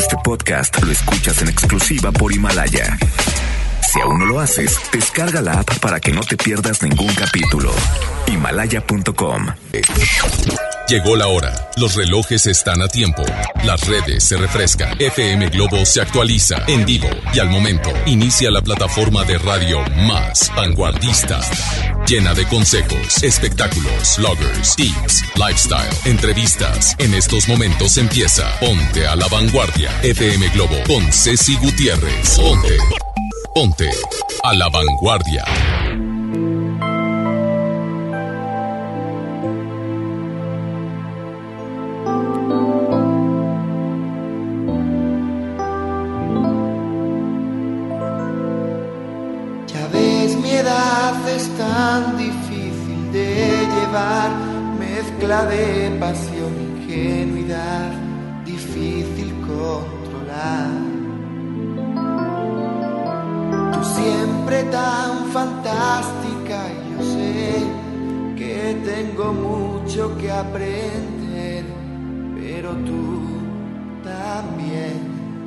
Este podcast lo escuchas en exclusiva por Himalaya. Si aún no lo haces, descarga la app para que no te pierdas ningún capítulo. Himalaya.com. Llegó la hora. Los relojes están a tiempo. Las redes se refrescan. FM Globo se actualiza en vivo y al momento. Inicia la plataforma de radio más vanguardista, llena de consejos, espectáculos, bloggers, tips, lifestyle, entrevistas. En estos momentos empieza Ponte a la Vanguardia. FM Globo con Ceci Gutiérrez. Ponte a la Vanguardia. Ya ves, mi edad es tan difícil de llevar, mezcla de pasión, ingenuidad, difícil controlar. Siempre tan fantástica, y yo sé que tengo mucho que aprender, pero tú también.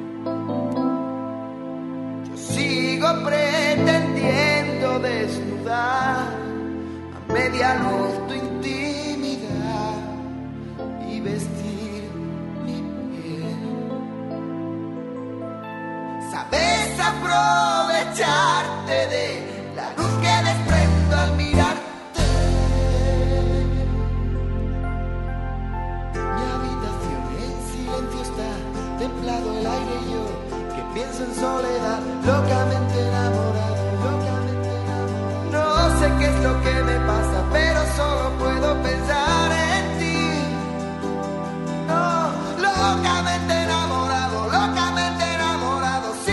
Yo sigo pretendiendo desnudar a media luz tu intimidad y vestir mi piel. Sabes aprovecharte de la luz que desprendo al mirarte. Mi habitación en silencio está, templado el aire y yo que pienso en soledad, locamente enamorado. No sé qué es lo que me pasa, pero solo puedo pensar en ti. No, locamente enamorado, locamente enamorado, sí.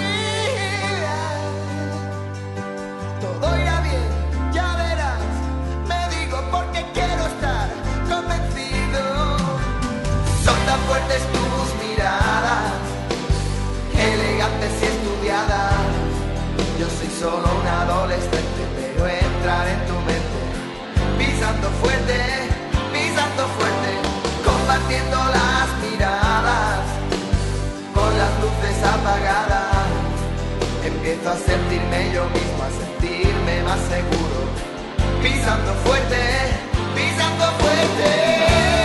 Todo irá bien, ya verás, me digo porque quiero estar convencido. Son tan fuertes tus miradas, elegantes y estudiadas. Yo soy solo un adolescente, pero entrar en tu mente, pisando fuerte, compartiendo las miradas, con las luces apagadas. Empiezo a sentirme yo mismo, a sentirme más seguro, pisando fuerte, pisando fuerte.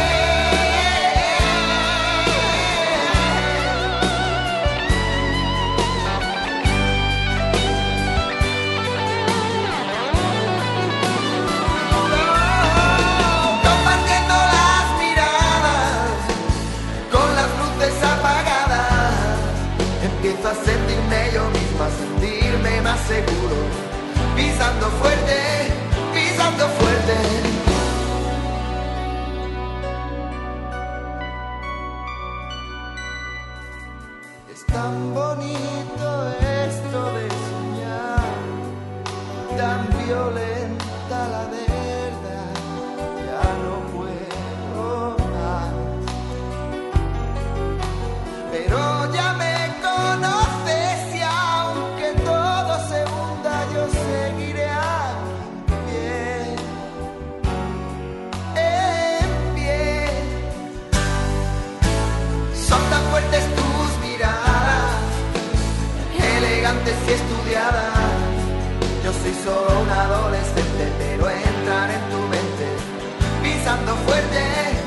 A sentirme yo mismo, a sentirme más seguro, pisando fuerte, pisando fuerte. Es tan bonito esto de soñar, tan violenta la verdad, ya no puedo más. Pero ya me conoces y aunque todo se hunda, yo seguiré en pie. Son tan fuertes tus miradas, elegantes y estudiadas. Yo soy solo un adolescente, pero entrar en tu mente, pisando fuerte,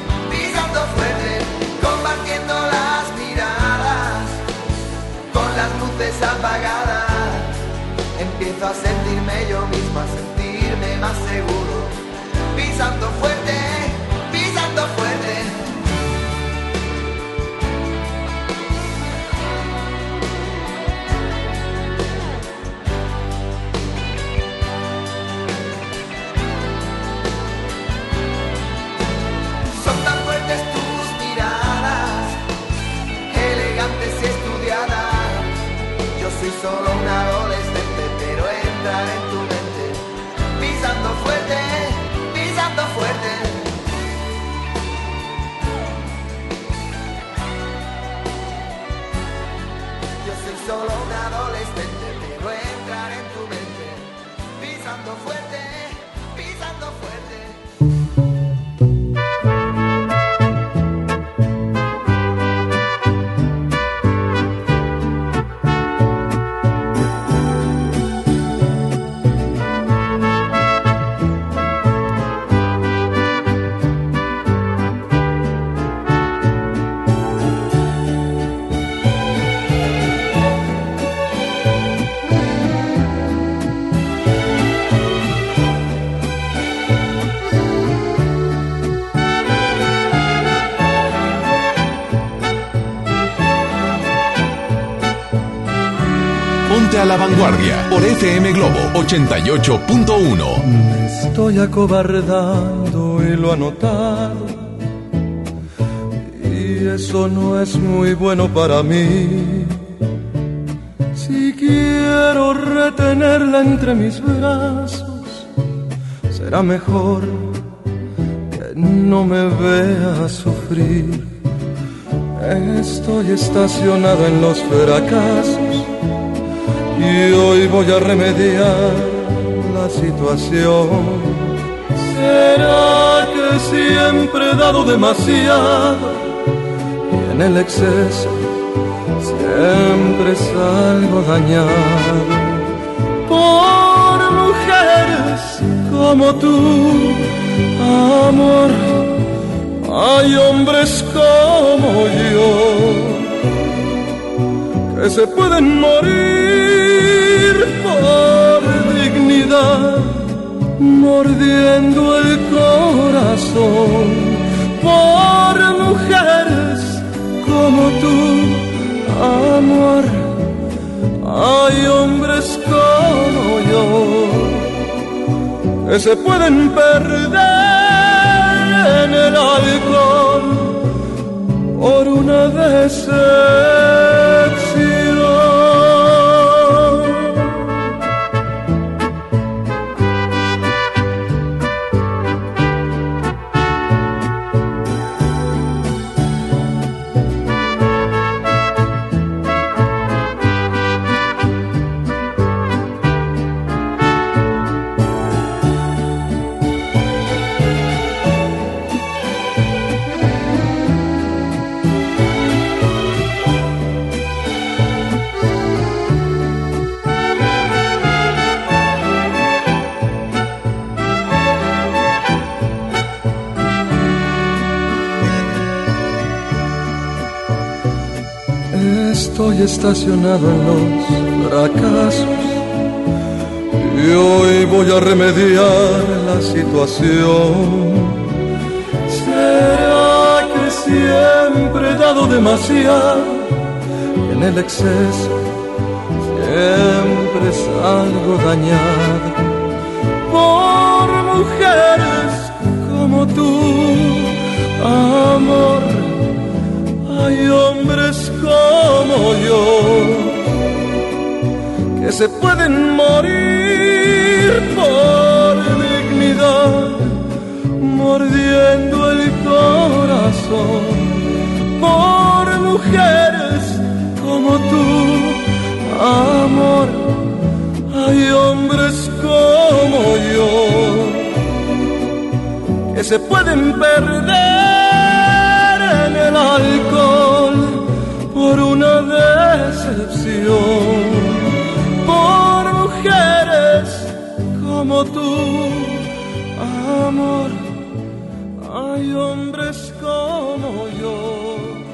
compartiendo las miradas, con las luces apagadas. Empiezo a sentirme yo mismo, a sentirme más seguro, pisando fuerte, pisando fuerte. Son tan fuertes tus miradas, elegantes y estudiadas. Yo soy solo un adolescente, pero entrar en tu mente, pisando fuerte, pisando fuerte. Yo soy solo un adolescente, pero entrar en tu mente, pisando fuerte, pisando fuerte. Ponte a la Vanguardia por FM Globo 88.1. Me estoy acobardando y lo ha notado, y eso no es muy bueno para mí. Si quiero retenerla entre mis brazos, será mejor que no me vea sufrir. Estoy estacionado en los fracasos y hoy voy a remediar la situación. ¿Será que siempre he dado demasiado y en el exceso siempre salgo dañado? Por mujeres como tú, amor, hay hombres como yo que se pueden morir por dignidad, mordiendo el corazón. Por mujeres como tú, amor, hay hombres como yo que se pueden perder en el alcohol por una decepción. Estoy estacionado en los fracasos y hoy voy a remediar la situación. ¿Será que siempre he dado demasiado y en el exceso siempre salgo dañado? Por mujeres como tú, amor, hay hombres como yo que se pueden morir por dignidad, mordiendo el corazón. Por mujeres como tú, amor, hay hombres como yo que se pueden perder en el alcohol por una decepción. Por mujeres como tú, amor, hay hombres como yo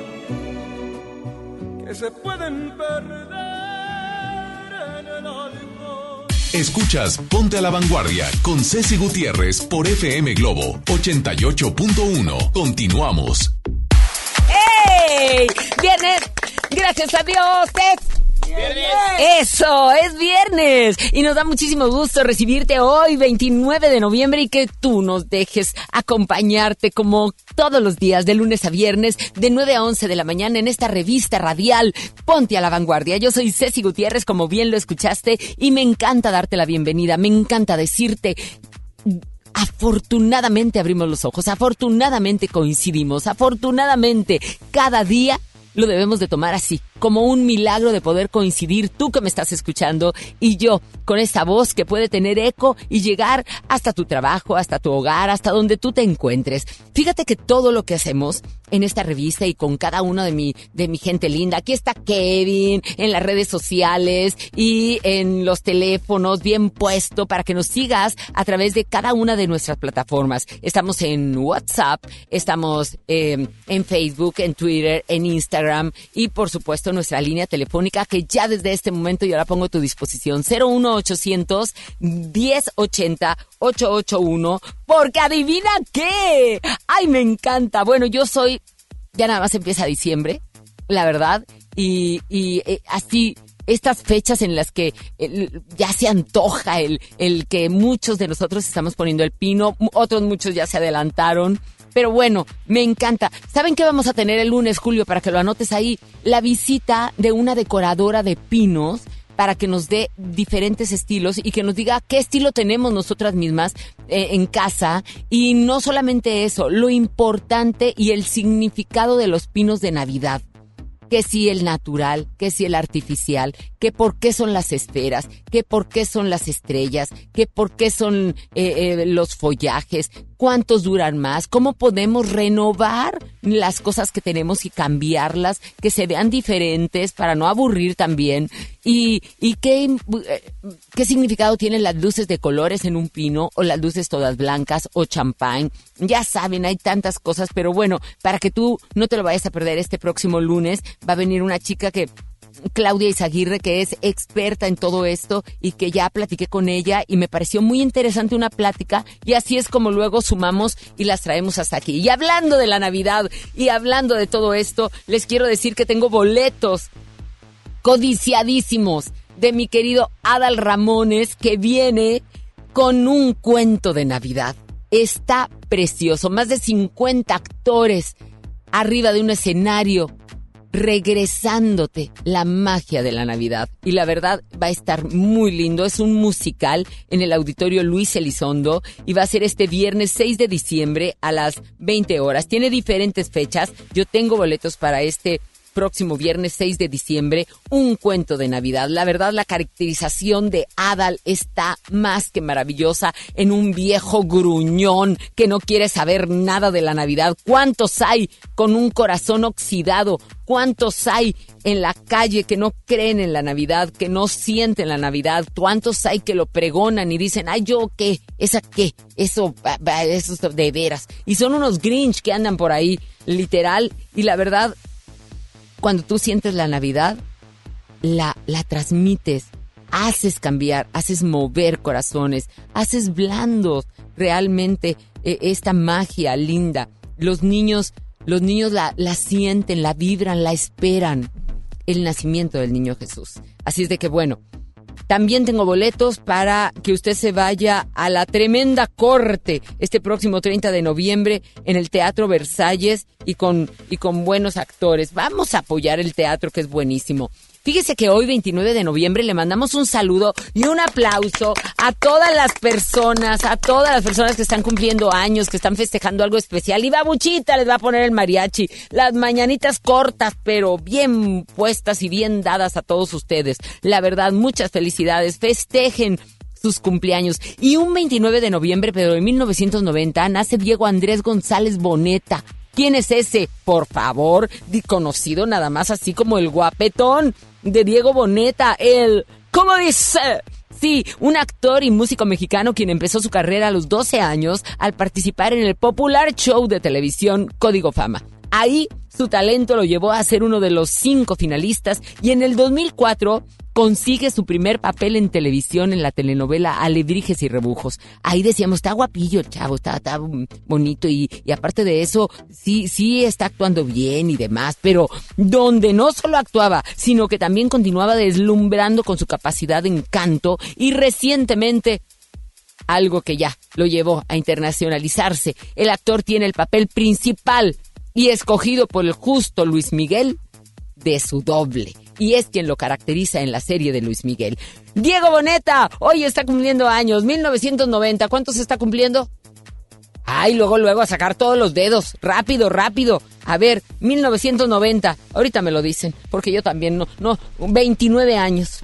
que se pueden perder en el alcohol. Escuchas Ponte a la Vanguardia con Ceci Gutiérrez por FM Globo 88.1. Continuamos. ¡Hey! ¡Viernes! ¡Gracias a Dios! ¡Viernes! ¡Eso! ¡Es viernes! Y nos da muchísimo gusto recibirte hoy, 29 de noviembre, y que tú nos dejes acompañarte como todos los días, de lunes a viernes, de 9 a 11 de la mañana, en esta revista radial Ponte a la Vanguardia. Yo soy Ceci Gutiérrez, como bien lo escuchaste, y me encanta darte la bienvenida, me encanta decirte: afortunadamente abrimos los ojos, afortunadamente coincidimos, afortunadamente cada día lo debemos de tomar así, como un milagro de poder coincidir, tú que me estás escuchando y yo, con esta voz que puede tener eco y llegar hasta tu trabajo, hasta tu hogar, hasta donde tú te encuentres. Fíjate que todo lo que hacemos en esta revista y con cada uno de mi gente linda, aquí está Kevin, en las redes sociales y en los teléfonos, bien puesto para que nos sigas a través de cada una de nuestras plataformas. Estamos en WhatsApp, estamos en Facebook, en Twitter, en Instagram y por supuesto nuestra línea telefónica, que ya desde este momento yo la pongo a tu disposición, 01800 1080 881, porque adivina qué, ¡ay, me encanta! Bueno, yo soy, ya nada más empieza diciembre, la verdad, y así estas fechas en las que ya se antoja el que muchos de nosotros estamos poniendo el pino, otros muchos ya se adelantaron. Pero bueno, me encanta. ¿Saben qué vamos a tener el lunes, Julio? Para que lo anotes ahí. La visita de una decoradora de pinos para que nos dé diferentes estilos y que nos diga qué estilo tenemos nosotras mismas en casa. Y no solamente eso, lo importante y el significado de los pinos de Navidad. Que si el natural, que si el artificial, que por qué son las esferas, que por qué son las estrellas, que por qué son los follajes, cuántos duran más, cómo podemos renovar las cosas que tenemos y cambiarlas, que se vean diferentes para no aburrir también. Y qué significado tienen las luces de colores en un pino, o las luces todas blancas, o champán. Ya saben, hay tantas cosas, pero bueno, para que tú no te lo vayas a perder este próximo lunes, va a venir una chica Claudia Izaguirre, que es experta en todo esto y que ya platiqué con ella y me pareció muy interesante una plática, y así es como luego sumamos y las traemos hasta aquí. Y hablando de la Navidad y hablando de todo esto, les quiero decir que tengo boletos codiciadísimos de mi querido Adal Ramones, que viene con un cuento de Navidad. Está precioso, más de 50 actores arriba de un escenario regresándote la magia de la Navidad. Y la verdad va a estar muy lindo. Es un musical en el Auditorio Luis Elizondo y va a ser este viernes 6 de diciembre a las 20 horas. Tiene diferentes fechas. Yo tengo boletos para este próximo viernes 6 de diciembre, un cuento de Navidad. La verdad, la caracterización de Adal está más que maravillosa en un viejo gruñón que no quiere saber nada de la Navidad. ¿Cuántos hay con un corazón oxidado? ¿Cuántos hay en la calle que no creen en la Navidad, que no sienten la Navidad? ¿Cuántos hay que lo pregonan y dicen, ay, ¿yo qué? ¿Esa qué? Eso de veras. Y son unos Grinch que andan por ahí, literal. Y la verdad, cuando tú sientes la Navidad, la transmites, haces cambiar, haces mover corazones, haces blandos realmente esta magia linda. Los niños la sienten, la vibran, la esperan, el nacimiento del niño Jesús. Así es de que bueno, también tengo boletos para que usted se vaya a la tremenda corte este próximo 30 de noviembre en el Teatro Versalles y con buenos actores. Vamos a apoyar el teatro, que es buenísimo. Fíjese que hoy, 29 de noviembre, le mandamos un saludo y un aplauso a todas las personas que están cumpliendo años, que están festejando algo especial. Y Babuchita les va a poner el mariachi. Las mañanitas cortas, pero bien puestas y bien dadas a todos ustedes. La verdad, muchas felicidades. Festejen sus cumpleaños. Y un 29 de noviembre, pero de 1990, nace Diego Andrés González Boneta. ¿Quién es ese? Por favor, conocido nada más así como el guapetón de Diego Boneta, ¿cómo dice? Sí, un actor y músico mexicano quien empezó su carrera a los 12 años al participar en el popular show de televisión Código Fama. Ahí su talento lo llevó a ser uno de los 5 finalistas y en el 2004 consigue su primer papel en televisión en la telenovela Alebrijes y Rebujos. Ahí decíamos, está guapillo el chavo, está bonito y aparte de eso, sí está actuando bien y demás, pero donde no solo actuaba, sino que también continuaba deslumbrando con su capacidad de encanto y recientemente algo que ya lo llevó a internacionalizarse. El actor tiene el papel principal y escogido por el justo Luis Miguel de su doble. Y es quien lo caracteriza en la serie de Luis Miguel. Diego Boneta, hoy está cumpliendo años, 1990. ¿Cuántos está cumpliendo? Ay, luego a sacar todos los dedos. Rápido. A ver, 1990. Ahorita me lo dicen, porque yo también no. 29 años.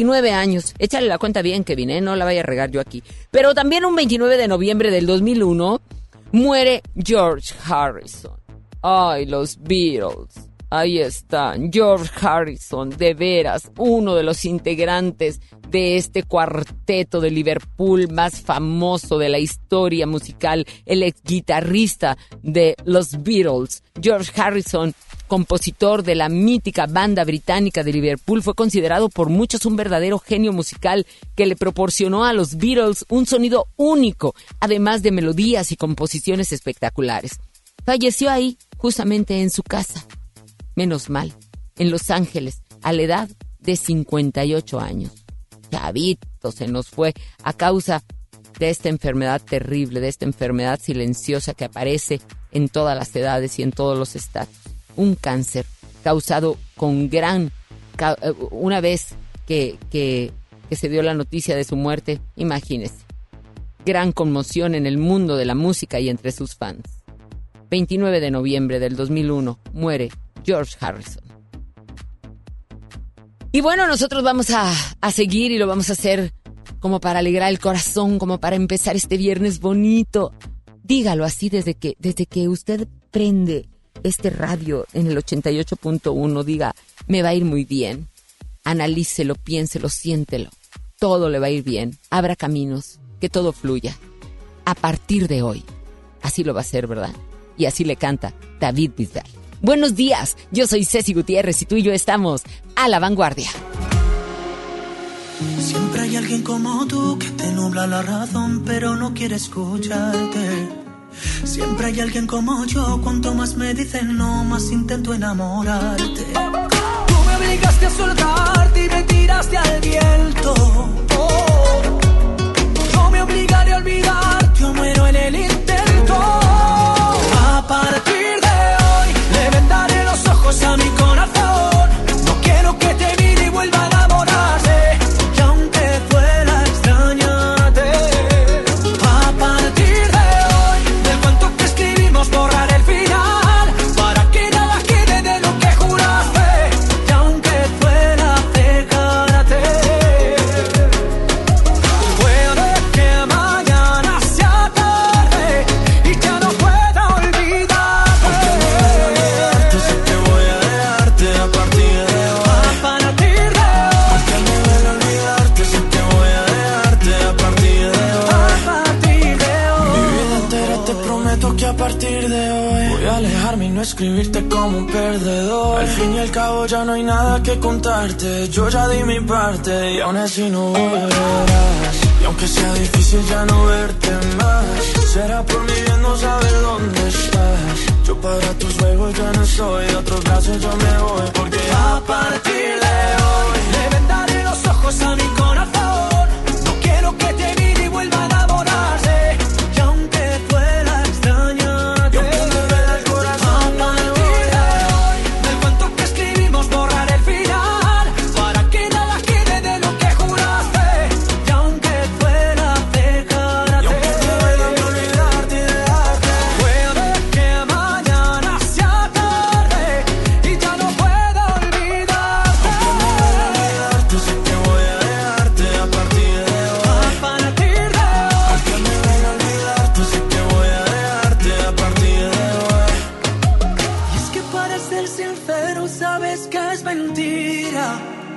Échale la cuenta bien, Kevin, no la vaya a regar yo aquí. Pero también un 29 de noviembre del 2001 muere George Harrison. Ay, los Beatles. Ahí están, George Harrison, de veras, uno de los integrantes de este cuarteto de Liverpool más famoso de la historia musical, el ex guitarrista de los Beatles. George Harrison, compositor de la mítica banda británica de Liverpool, fue considerado por muchos un verdadero genio musical que le proporcionó a los Beatles un sonido único, además de melodías y composiciones espectaculares. Falleció ahí, justamente en su casa. Menos mal, en Los Ángeles, a la edad de 58 años. Chavito, se nos fue a causa de esta enfermedad terrible, de esta enfermedad silenciosa que aparece en todas las edades y en todos los estados. Un cáncer causado con una vez que se dio la noticia de su muerte, imagínese, gran conmoción en el mundo de la música y entre sus fans. 29 de noviembre del 2001 muere George Harrison. Y bueno, nosotros vamos a seguir y lo vamos a hacer como para alegrar el corazón, como para empezar este viernes bonito. Dígalo así desde que usted prende este radio en el 88.1, diga, me va a ir muy bien. Analícelo, piénselo, siéntelo. Todo le va a ir bien. Abra caminos, que todo fluya. A partir de hoy. Así lo va a hacer, ¿verdad? Y así le canta David Bisbal. Buenos días, yo soy Ceci Gutiérrez y tú y yo estamos a la vanguardia. Siempre hay alguien como tú que te nubla la razón, pero no quiere escucharte. Siempre hay alguien como yo, cuanto más me dicen no, más intento enamorarte. Tú me obligaste a soltarte y me tiraste al viento. Yo me obligaré a olvidarte, yo muero en el intento. A partir de hoy le vendaré los ojos a mi corazón. No quiero que te mire y vuelva a enamorarse. Y aunque duela extrañarte, a partir de hoy del cuento que escribimos borrar el final, para que nada quede de lo que juraste. Y aunque duela dejarte, puede que mañana sea tarde y ya no pueda olvidarte. Aunque me duele olvidarte, sé que voy a dejarte a partir de hoy. A partir de hoy. Aunque me duele olvidarte, sé que voy a dejarte a partir de hoy. A partir de hoy. Mi vida entera te prometo que a partir de hoy voy a alejarme y no escribirte como un perdedor. Al fin y al cabo ya no hay nada que contarte. Yo ya di mi parte y aún así no volverás. Y aunque sea difícil ya no verte más, será por mi bien no saber dónde estás. Yo para tus juegos ya no soy, de otros brazos yo me voy. Porque a partir de hoy le vendaré los ojos a mi corazón. No quiero que te mire y vuelva a enamorarse. Y aunque duela extrañarte, y aunque me duela el corazón, a partir de hoy del cuento que escribimos borrar el final, para que nada quede de lo que juraste. Y aunque duela dejarte, y aunque te duela olvidarte y dejarte, puede que mañana sea tarde y ya no pueda olvidarte. Aunque me duela olvidarte, sé que voy a dejarte a partir de hoy. A partir de hoy. Aunque me duela olvidarte, sé que voy a dejarte a partir de hoy. Y es que para ser sincero sabes que es mentira.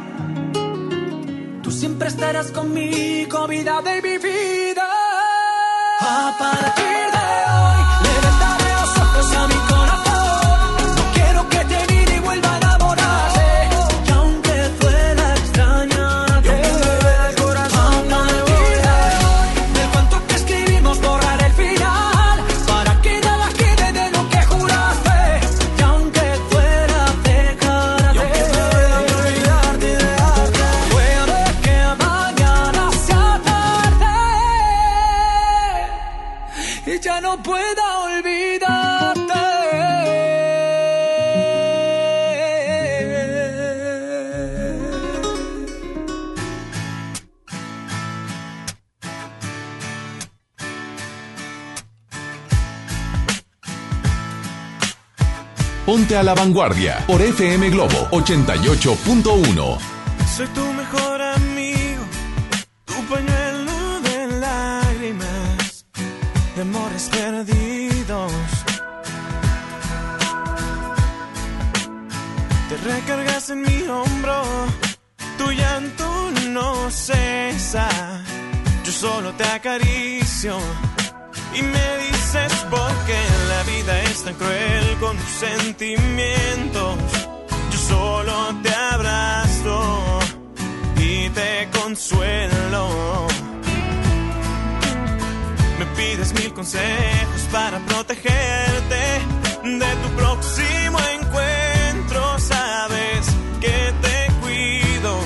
Tú siempre estarás conmigo, vida de mi vida. A partir de hoy le vendaré los ojos a mi corazón. No quiero que te mire y vuelva a enamorarse. Y aunque duela extrañarte, y aunque me duela el corazón, a partir de hoy del cuento que escribimos borrar el final, para que nada quede de lo que juraste. Y aunque duela dejarte, y aunque me duela olvidarte y dejarte, puede que mañana sea tarde y ya no pueda olvidarte. Ponte a la vanguardia por FM Globo 88.1. Soy tu mejor amigo, tu pañuelo de lágrimas, de amores perdidos. Te recargas en mi hombro, tu llanto no cesa. Yo solo te acaricio y me dices por qué la vida es tan cruel con tus sentimientos. Yo solo te abrazo y te consuelo. Me pides 1000 consejos para protegerte de tu próximo encuentro. Sabes que te cuido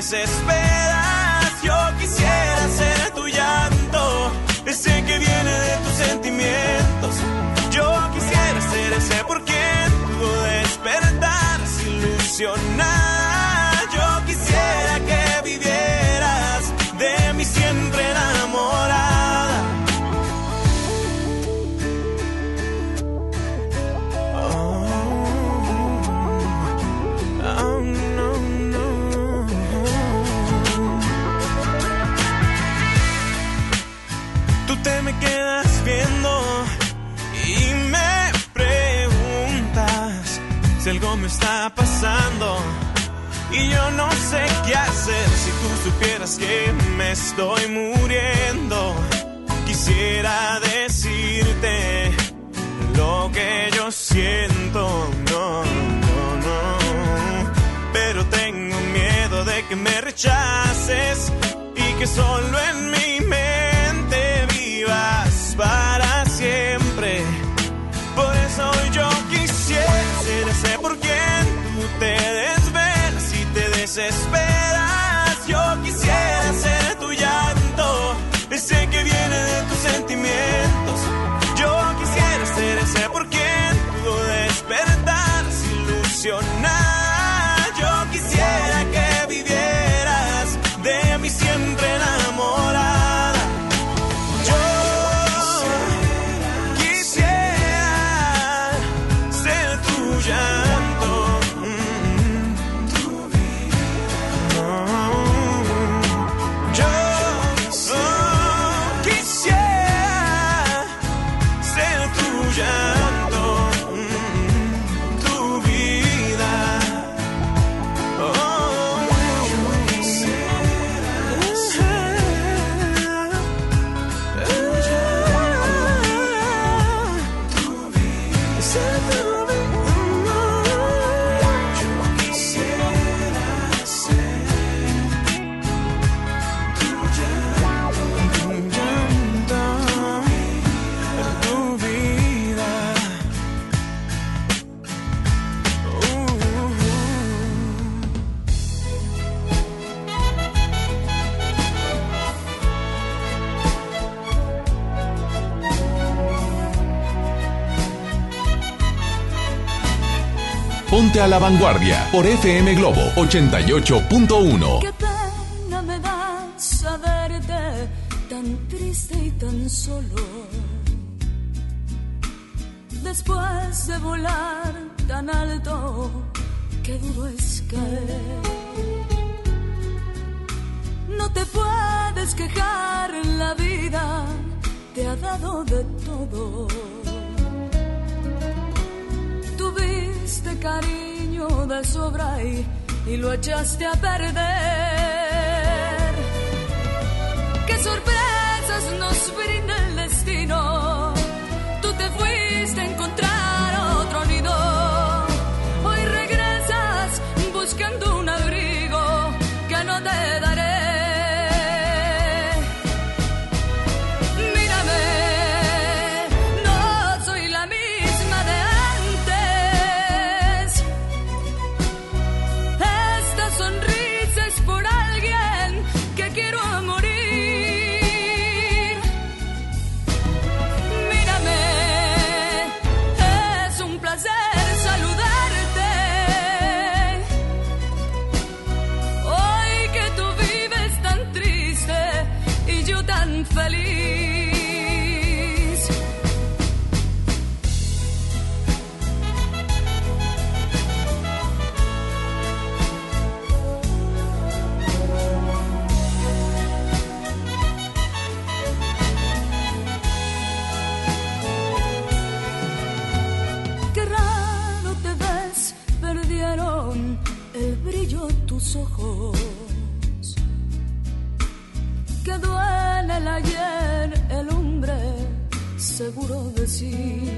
desesperas. Yo quisiera ser tu llanto, ese que viene de tus sentimientos. Yo quisiera ser ese por quien pudo despertar sin ilusionar. Yo quisiera que vivieras de mí siempre enamorada. Te me quedas viendo y me preguntas si algo me está pasando y yo no sé qué hacer. Si tú supieras que me estoy muriendo, quisiera decirte lo que yo siento, no, pero tengo miedo de que me rechaces y que solo en mi mente vivas para siempre. Por eso yo quisiera ser ese por quien tú te desvelas y te desesperas. Yo quisiera ser tu llanto, ese que viene de tus sentimientos. Yo quisiera ser ese por quien pudo despertar sin ilusionar. Yo quisiera que vivieras de mí siempre enamorada. Ponte a la vanguardia por FM Globo 88.1. Qué pena me da saberte tan triste y tan solo, después de volar tan alto, qué duro es caer. No te puedes quejar, la vida te ha dado de todo. Tuviste cariño de sobra y lo echaste a perder. Qué sorpresas nos brinda el destino. Tú te fuiste a encontrar otro nido. Hoy regresas buscando un abrigo que no te daré. Ojos, que duele el ayer, el hombre seguro de sí,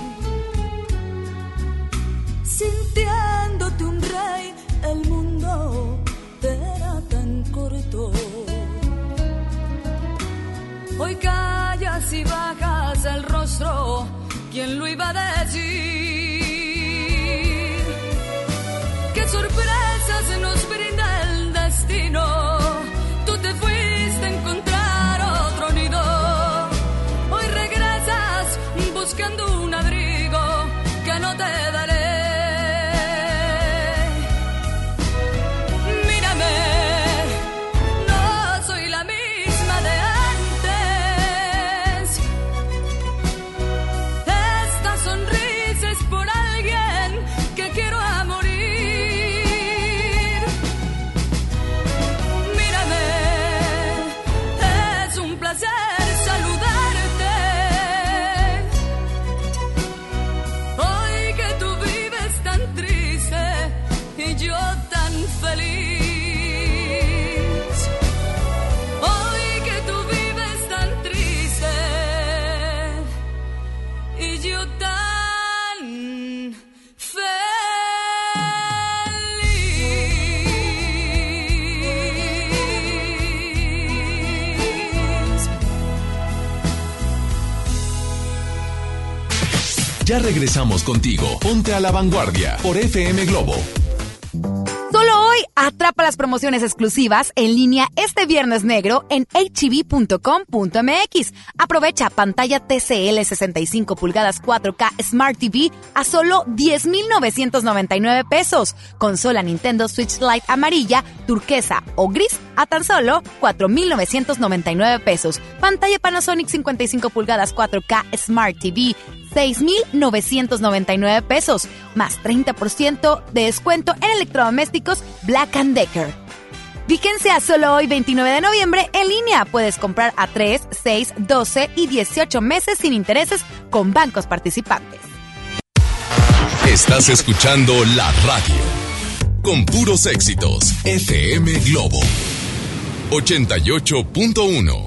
sintiéndote un rey, el mundo te era tan corto. Hoy callas y bajas el rostro, ¿quién lo iba a decir? Qué sorpresas nos brinda el destino. ya no te daré. Mírame, no soy la misma de antes. Esta sonrisa es por alguien que quiero a morir. Mírame, es un placer saludarte. Hoy que tú vives tan triste y yo tan feliz. Hoy que tú vives tan triste y yo tan feliz. Ya regresamos contigo. Ponte a la vanguardia por FM Globo. Solo hoy atrapa las promociones exclusivas en línea este viernes negro en hb.com.mx. Aprovecha pantalla TCL 65 pulgadas 4K Smart TV a solo 10,999 pesos. Consola Nintendo Switch Lite amarilla, turquesa o gris a tan solo 4,999 pesos. Pantalla Panasonic 55 pulgadas 4K Smart TV 6,999 pesos, más 30% de descuento en electrodomésticos Black & Decker. Vigencia solo hoy 29 de noviembre en línea. Puedes comprar a 3, 6, 12 y 18 meses sin intereses con bancos participantes. Estás escuchando la radio con puros éxitos. FM Globo 88.1.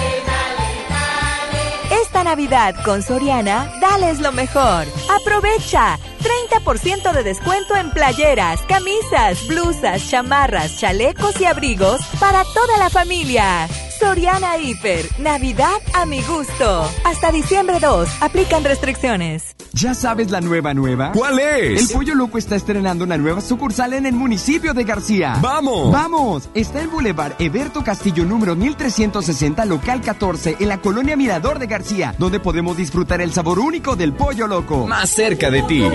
Esta Navidad con Soriana, dales lo mejor. Aprovecha 30% de descuento en playeras, camisas, blusas, chamarras, chalecos y abrigos para toda la familia. Soriana Hiper, Navidad a mi gusto. Hasta diciembre 2, aplican restricciones. ¿Ya sabes la nueva? ¿Cuál es? El Pollo Loco está estrenando una nueva sucursal en el municipio de García. ¡Vamos! ¡Vamos! Está en Boulevard Eberto Castillo número 1360, local 14, en la colonia Mirador de García, donde podemos disfrutar el sabor único del Pollo Loco. Más cerca de ti.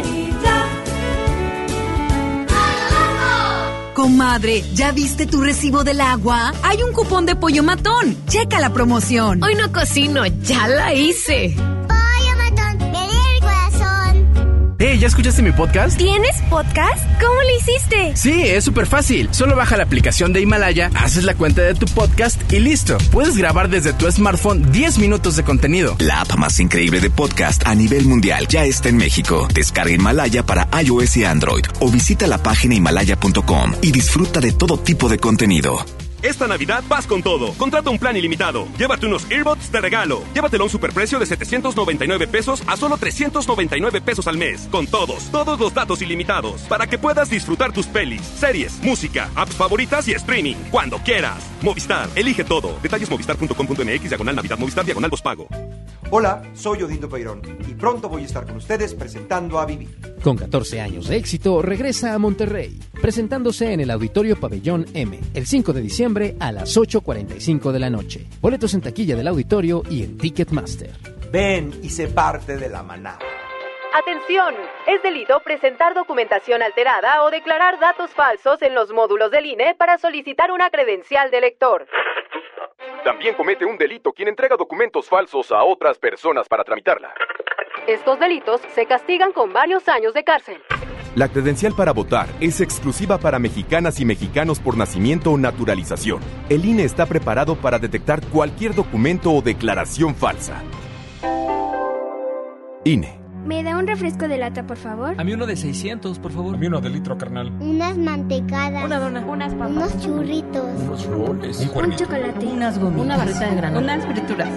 Comadre, ¿ya viste tu recibo del agua? Hay un cupón de Pollo Matón. Checa la promoción. Hoy no cocino, ya la hice. Pollo Matón, me dio el corazón. ¿Ya escuchaste mi podcast? ¿Tienes podcast? ¿Cómo lo hiciste? Sí, es súper fácil. Solo baja la aplicación de Himalaya, haces la cuenta de tu podcast y listo. Puedes grabar desde tu smartphone 10 minutos de contenido. La app más increíble de podcast a nivel mundial ya está en México. Descarga Himalaya para iOS y Android o visita la página himalaya.com y disfruta de todo tipo de contenido. Esta Navidad vas con todo. Contrata un plan ilimitado. Llévate unos earbuds de regalo. Llévatelo a un superprecio de 799 pesos a solo 399 pesos al mes. Con todos los datos ilimitados. Para que puedas disfrutar tus pelis, series, música, apps favoritas y streaming. Cuando quieras. Movistar, elige todo. Detalles movistar.com.mx/Navidad Movistar /pospago. Hola, soy Odindo Peirón y pronto voy a estar con ustedes presentando a Vivir. Con 14 años de éxito, regresa a Monterrey, presentándose en el Auditorio Pabellón M, el 5 de diciembre a las 8:45 de la noche. Boletos en taquilla del auditorio y en Ticketmaster. Ven y sé parte de la manada. Atención, es delito presentar documentación alterada o declarar datos falsos en los módulos del INE para solicitar una credencial de elector. También comete un delito quien entrega documentos falsos a otras personas para tramitarla. Estos delitos se castigan con varios años de cárcel. La credencial para votar es exclusiva para mexicanas y mexicanos por nacimiento o naturalización. El INE está preparado para detectar cualquier documento o declaración falsa. INE. ¿Me da un refresco de lata, por favor? A mí uno de 600, por favor. A mí uno de litro, carnal. Unas mantecadas. Una dona. Unas papas. Unos churritos. Unos roles. Un chocolate. Unas gomitas. Una barrita de granola. Unas frituras.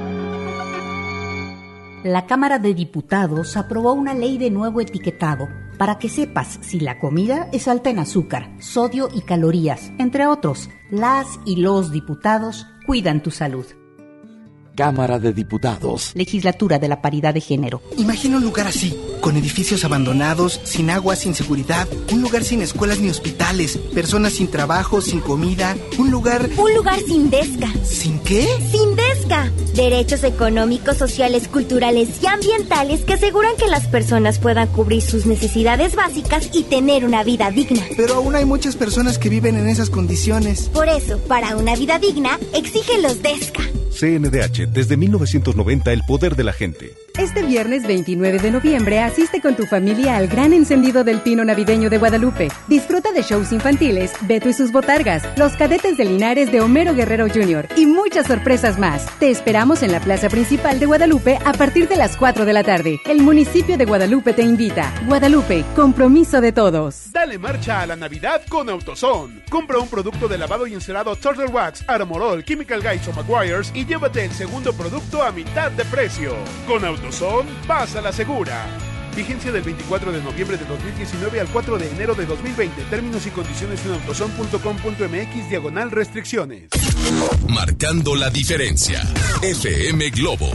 La Cámara de Diputados aprobó una ley de nuevo etiquetado para que sepas si la comida es alta en azúcar, sodio y calorías. Entre otros, las y los diputados cuidan tu salud. Cámara de Diputados. Legislatura de la Paridad de Género. Imagina un lugar así, con edificios abandonados, sin agua, sin seguridad, un lugar sin escuelas ni hospitales, personas sin trabajo, sin comida, un lugar sin DESCA. ¿Sin qué? Sin DESCA. Derechos económicos, sociales, culturales y ambientales que aseguran que las personas puedan cubrir sus necesidades básicas y tener una vida digna. Pero aún hay muchas personas que viven en esas condiciones. Por eso, para una vida digna, exigen los DESCA. CNDH, desde 1990, el poder de la gente. Este viernes 29 de noviembre asiste con tu familia al gran encendido del Pino Navideño de Guadalupe. Disfruta de shows infantiles, Beto y sus botargas, los cadetes de Linares de Homero Guerrero Jr. y muchas sorpresas más. Te esperamos en la plaza principal de Guadalupe a partir de las 4 de la tarde. El municipio de Guadalupe te invita. Guadalupe, compromiso de todos. Dale marcha a la Navidad con AutoZone. Compra un producto de lavado y encerado Turtle Wax, Armorol, Chemical Guys o Meguiar's y llévate el segundo producto a mitad de precio. Con AutoZone, vas a la segura. Vigencia del 24 de noviembre de 2019 al 4 de enero de 2020. Términos y condiciones en autozone.com.mx/restricciones. Marcando la diferencia. FM Globo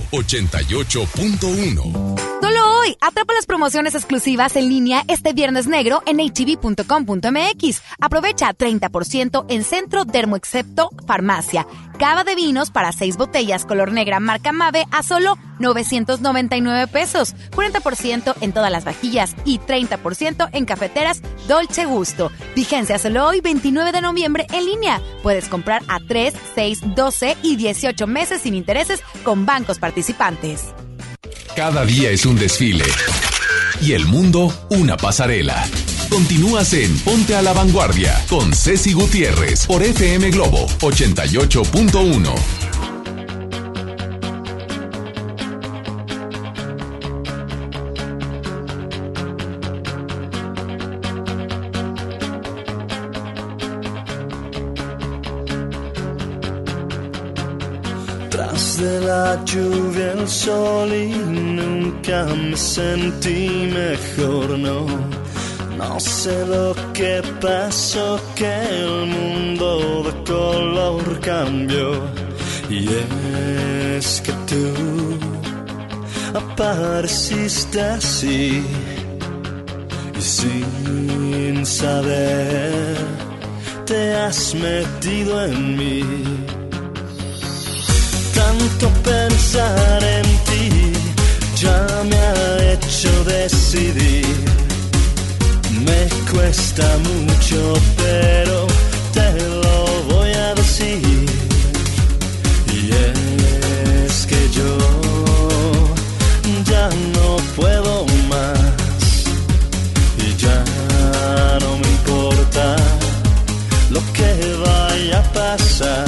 88.1. Solo hoy, atrapa las promociones exclusivas en línea este viernes negro en hb.com.mx. Aprovecha 30% en Centro Dermoexcepto Farmacia. Cava de vinos para 6 botellas color negra marca Mave a solo 999 pesos. 40% en todas las vajillas y 30% en cafeteras Dolce Gusto. Vigencia solo hoy, 29 de noviembre, en línea. Puedes comprar a 3, 6, 12 y 18 meses sin intereses con bancos participantes. Cada día es un desfile y el mundo una pasarela. Continúas en Ponte a la Vanguardia con Ceci Gutiérrez por FM Globo 88.1. Tras de la lluvia el sol y nunca me sentí mejor, no sé lo que pasó, que el mundo de color cambió. Y es que tú apareciste así y sin saber te has metido en mí. Tanto pensar en ti ya me ha hecho decidir. Me cuesta mucho, pero te lo voy a decir. Y es que yo ya no puedo más. Y ya no me importa lo que vaya a pasar.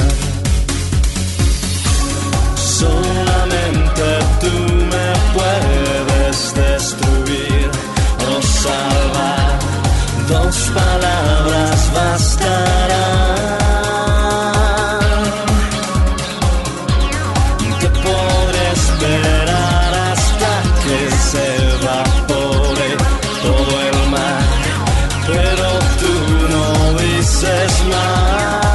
Solamente tú me puedes destruir o salvar. Dos palabras bastarán. Te podré esperar hasta que se evapore todo el mar, pero tú no dices más.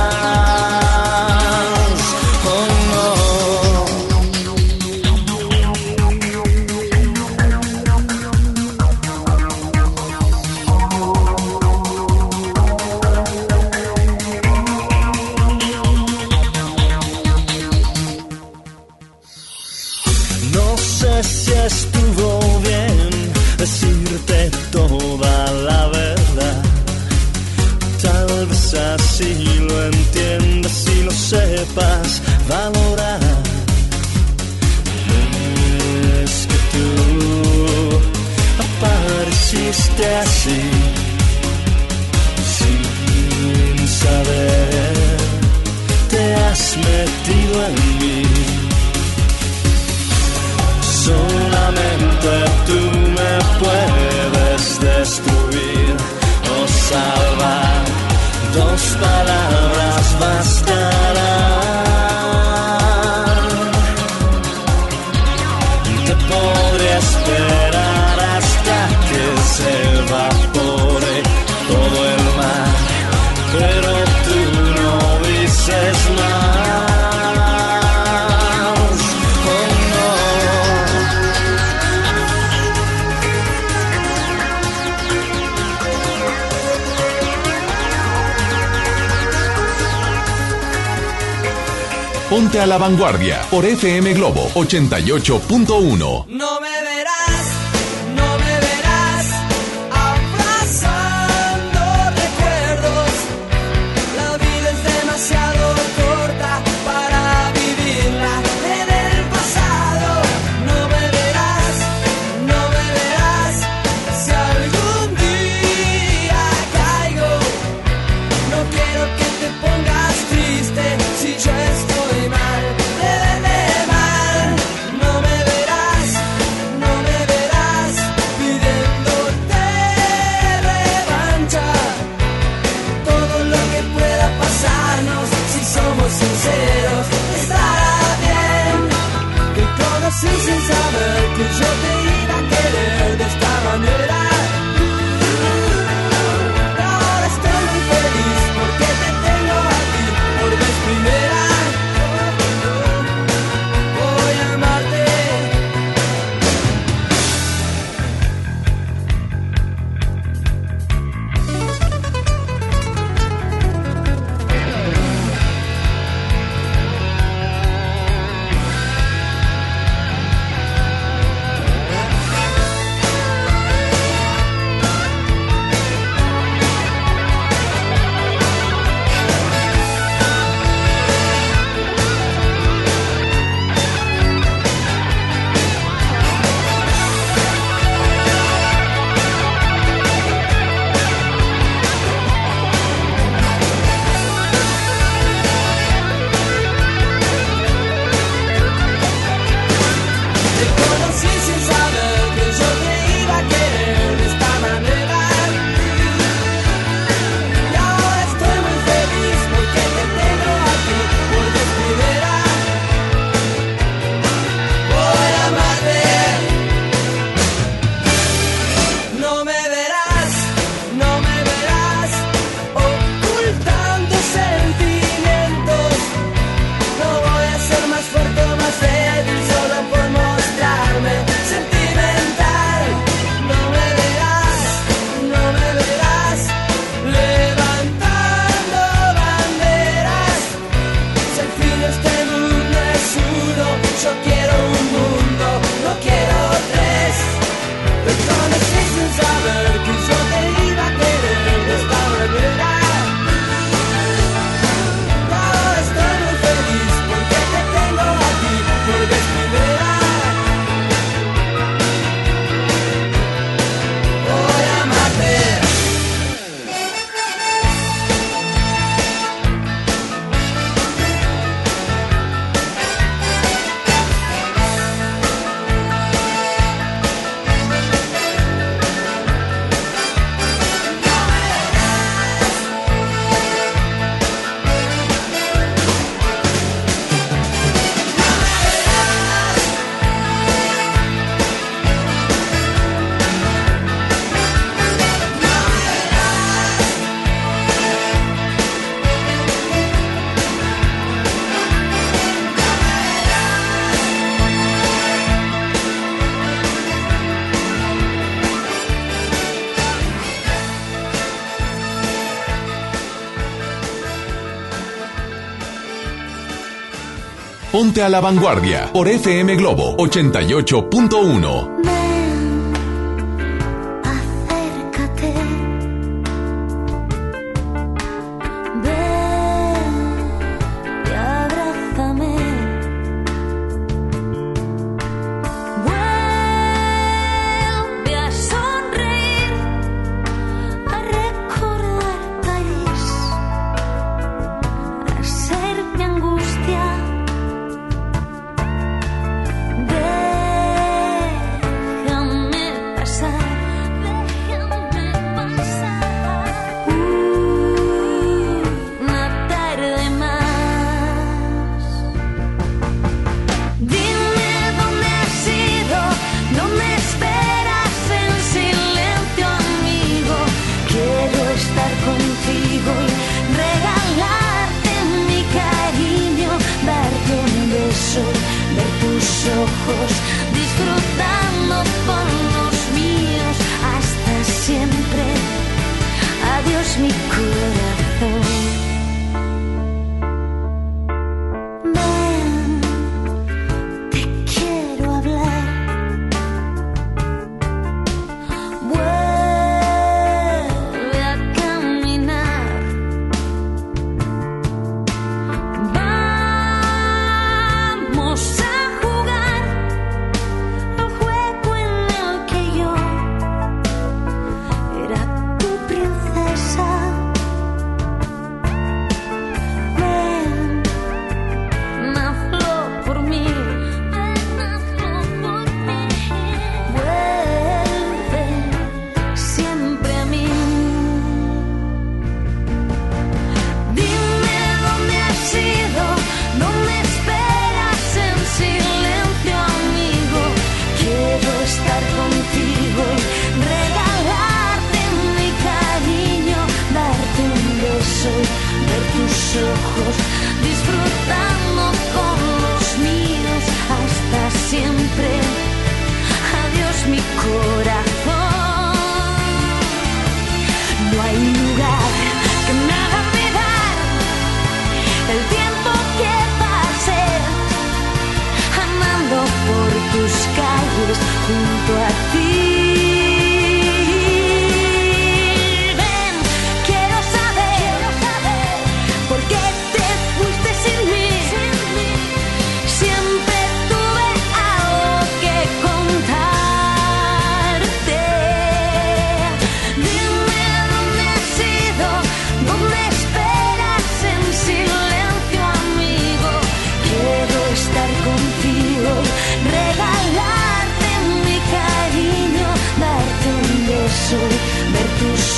Estuvo bien decirte toda la verdad. Tal vez así lo entiendas y lo sepas valorar. Es que tú apareciste así sin saber, te has metido en mí. Solamente tú me puedes destruir o salvar. Dos palabras bastarán. Te podré esperar hasta que se evapore todo el mar, pero tú no dices más. Ponte a la vanguardia por FM Globo 88.1. No me verás, no me verás abrazando recuerdos. La vida es demasiado corta para vivirla en el pasado. No me verás, no me verás si algún día caigo. No quiero que te pongas triste si yo estoy mal, de mal. No me verás pidiéndote revancha. Todo lo que pueda pasarnos, si somos sinceros, estará bien. Te conocí sin saber que yo te iba a querer de esta manera. Ahora estoy muy feliz porque te tengo a ti por vez primera. Voy a amarte. Te conocí sin saber que yo te iba a querer de esta manera. Y ahora estoy muy feliz porque te tengo aquí por vez primera. Voy a amarte. No me verás ocultando sentimientos. No voy a ser más fuerte o más débil solo por mostrarme sentimental. No me verás levantando banderas. Si al fin este mundo es uno, yo quiero un mundo, no quiero tres. Te conocí sin saber que yo te iba a querer de esta manera. Ahora estoy muy feliz porque te tengo a ti por vez primera. Voy a amarte. Ponte a la vanguardia por FM Globo 88.1. Acércate, ven y abrázame. Vuelve a sonreír, a recordar París, a ser mi angustia. Déjame pasar. Una tarde más. Dime dónde has ido, dónde esperas en silencio, amigo. Quiero estar contigo y regalarte mi cariño, darte un beso, ver tus ojos, disfrutando con los míos hasta siempre. Adiós mi corazón.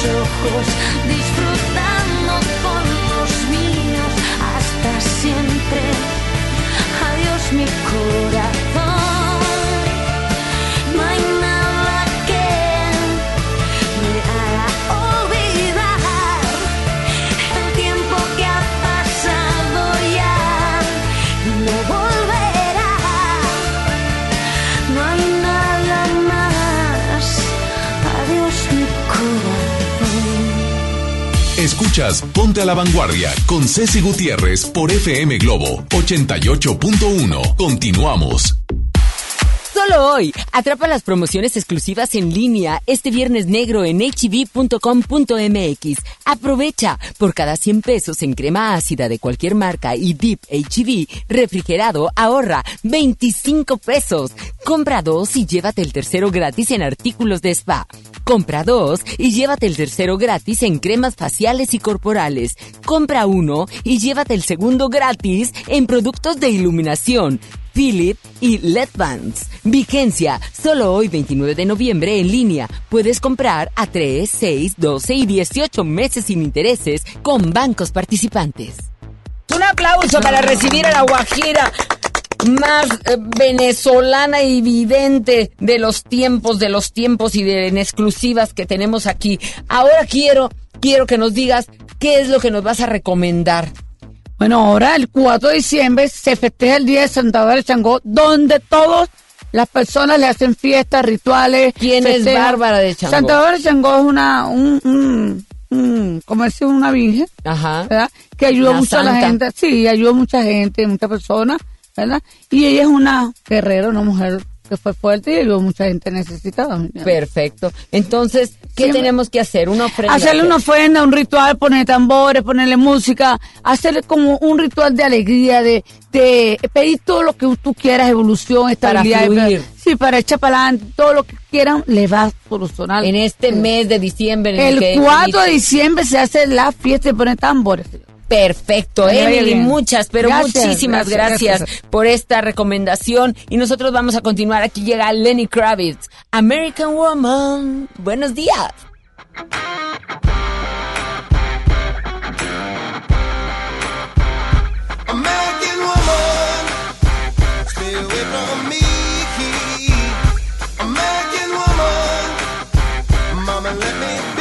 ojos, disfrutando con los míos hasta siempre. Adiós mi corazón, no hay nada que me haga olvidar el tiempo que ha pasado ya y no volverá. No hay nada más. Adiós mi corazón. Escuchas Ponte a la Vanguardia con Ceci Gutiérrez por FM Globo 88.1. Continuamos. Solo hoy, atrapa las promociones exclusivas en línea este viernes negro en hb.com.mx. Aprovecha, por cada 100 pesos en crema ácida de cualquier marca y Dip HB refrigerado, ahorra 25 pesos. Compra 2 y llévate el tercero gratis en artículos de spa. Compra 2 y llévate el tercero gratis en cremas faciales y corporales. Compra 1 y llévate el segundo gratis en productos de iluminación, Philips y LED Bands. Vigencia solo hoy 29 de noviembre en línea. Puedes comprar a 3, 6, 12 y 18 meses sin intereses con bancos participantes. Un aplauso para recibir a la guajira más venezolana y vidente de los tiempos y de en exclusivas que tenemos aquí. Ahora quiero que nos digas qué es lo que nos vas a recomendar. Bueno, ahora el 4 de diciembre se festeja el Día de Salvador de Changó, donde todas las personas le hacen fiestas, rituales. ¿Quién es Bárbara de Changó? Salvador de Changó es como decir, una virgen, ajá, ¿verdad? Que ayuda mucho a la gente. Sí, ayuda a muchas personas, ¿verdad? Y ella es una guerrera, una mujer que fue fuerte y ayudó a mucha gente necesitada. Perfecto. Entonces, ¿qué tenemos que hacer? Una ofrenda. Hacerle una ofrenda, un ritual, poner tambores, ponerle música, hacerle como un ritual de alegría, de pedir todo lo que tú quieras, evolución, estabilidad. Para fluir. Sí, para echar para adelante, todo lo que quieran le va a solucionar. En este mes de diciembre. El 4 de diciembre se hace la fiesta y pone tambores. Perfecto, Emily, muchísimas gracias por esta recomendación. Y nosotros vamos a continuar. Aquí llega Lenny Kravitz, American Woman. Buenos días. American woman, stay away from me. American woman, mama, let me be.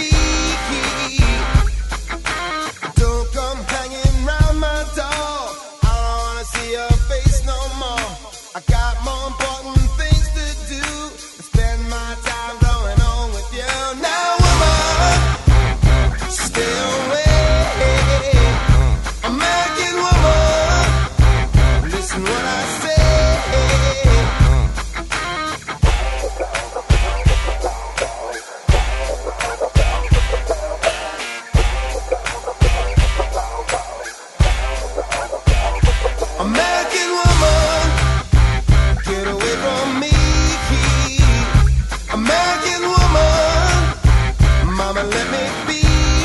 Don't come hanging round my door. I don't wanna see your face no more. I got more important things to do. Spend my time going on with you. Now, woman, stay away. American woman, listen what I say. American woman, get away from me. American woman, mama, let me be.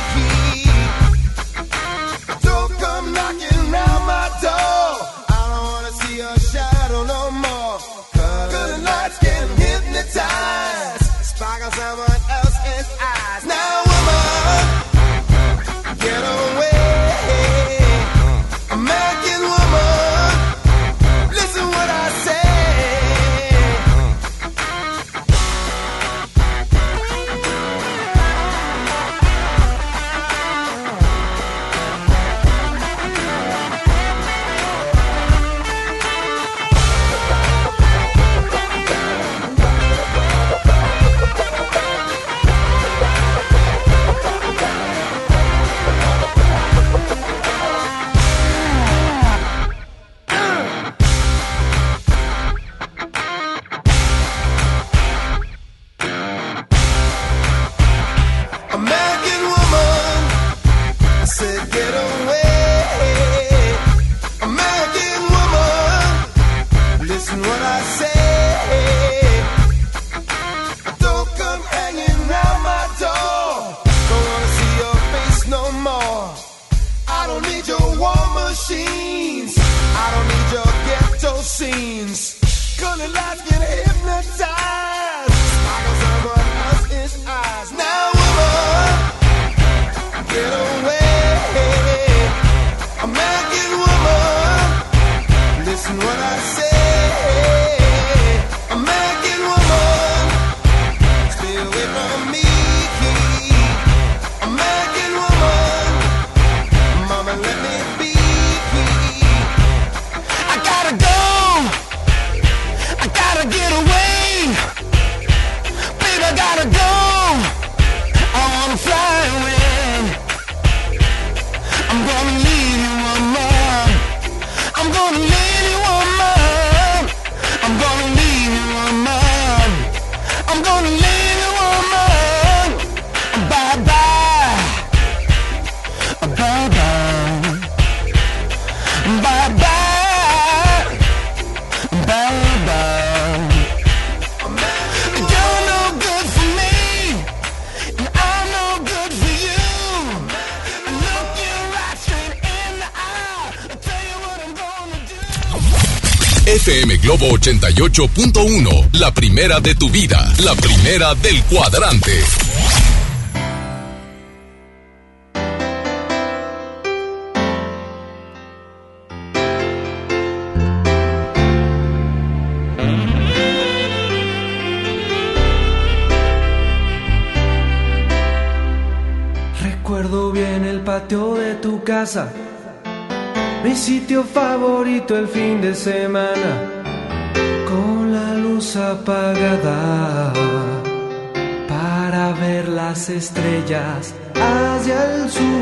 Don't come knocking round my door. I don't wanna see your shadow no more. 'Cause the lights can hypnotize, sparkle someone else's eyes. Now, woman, get away. American woman, listen what I say. American woman, I said get away. American woman, listen what I say. Don't come hanging round my door. Don't wanna see your face no more. I don't need your war machines. I don't need your ghetto scenes. Color lights get hypnotized. Sparkle someone else's eyes. Now, woman, FM Globo 88.1, la primera de tu vida, la primera del cuadrante. Recuerdo bien el patio de tu casa, mi sitio favorito el fin de semana, con la luz apagada, para ver las estrellas hacia el sur.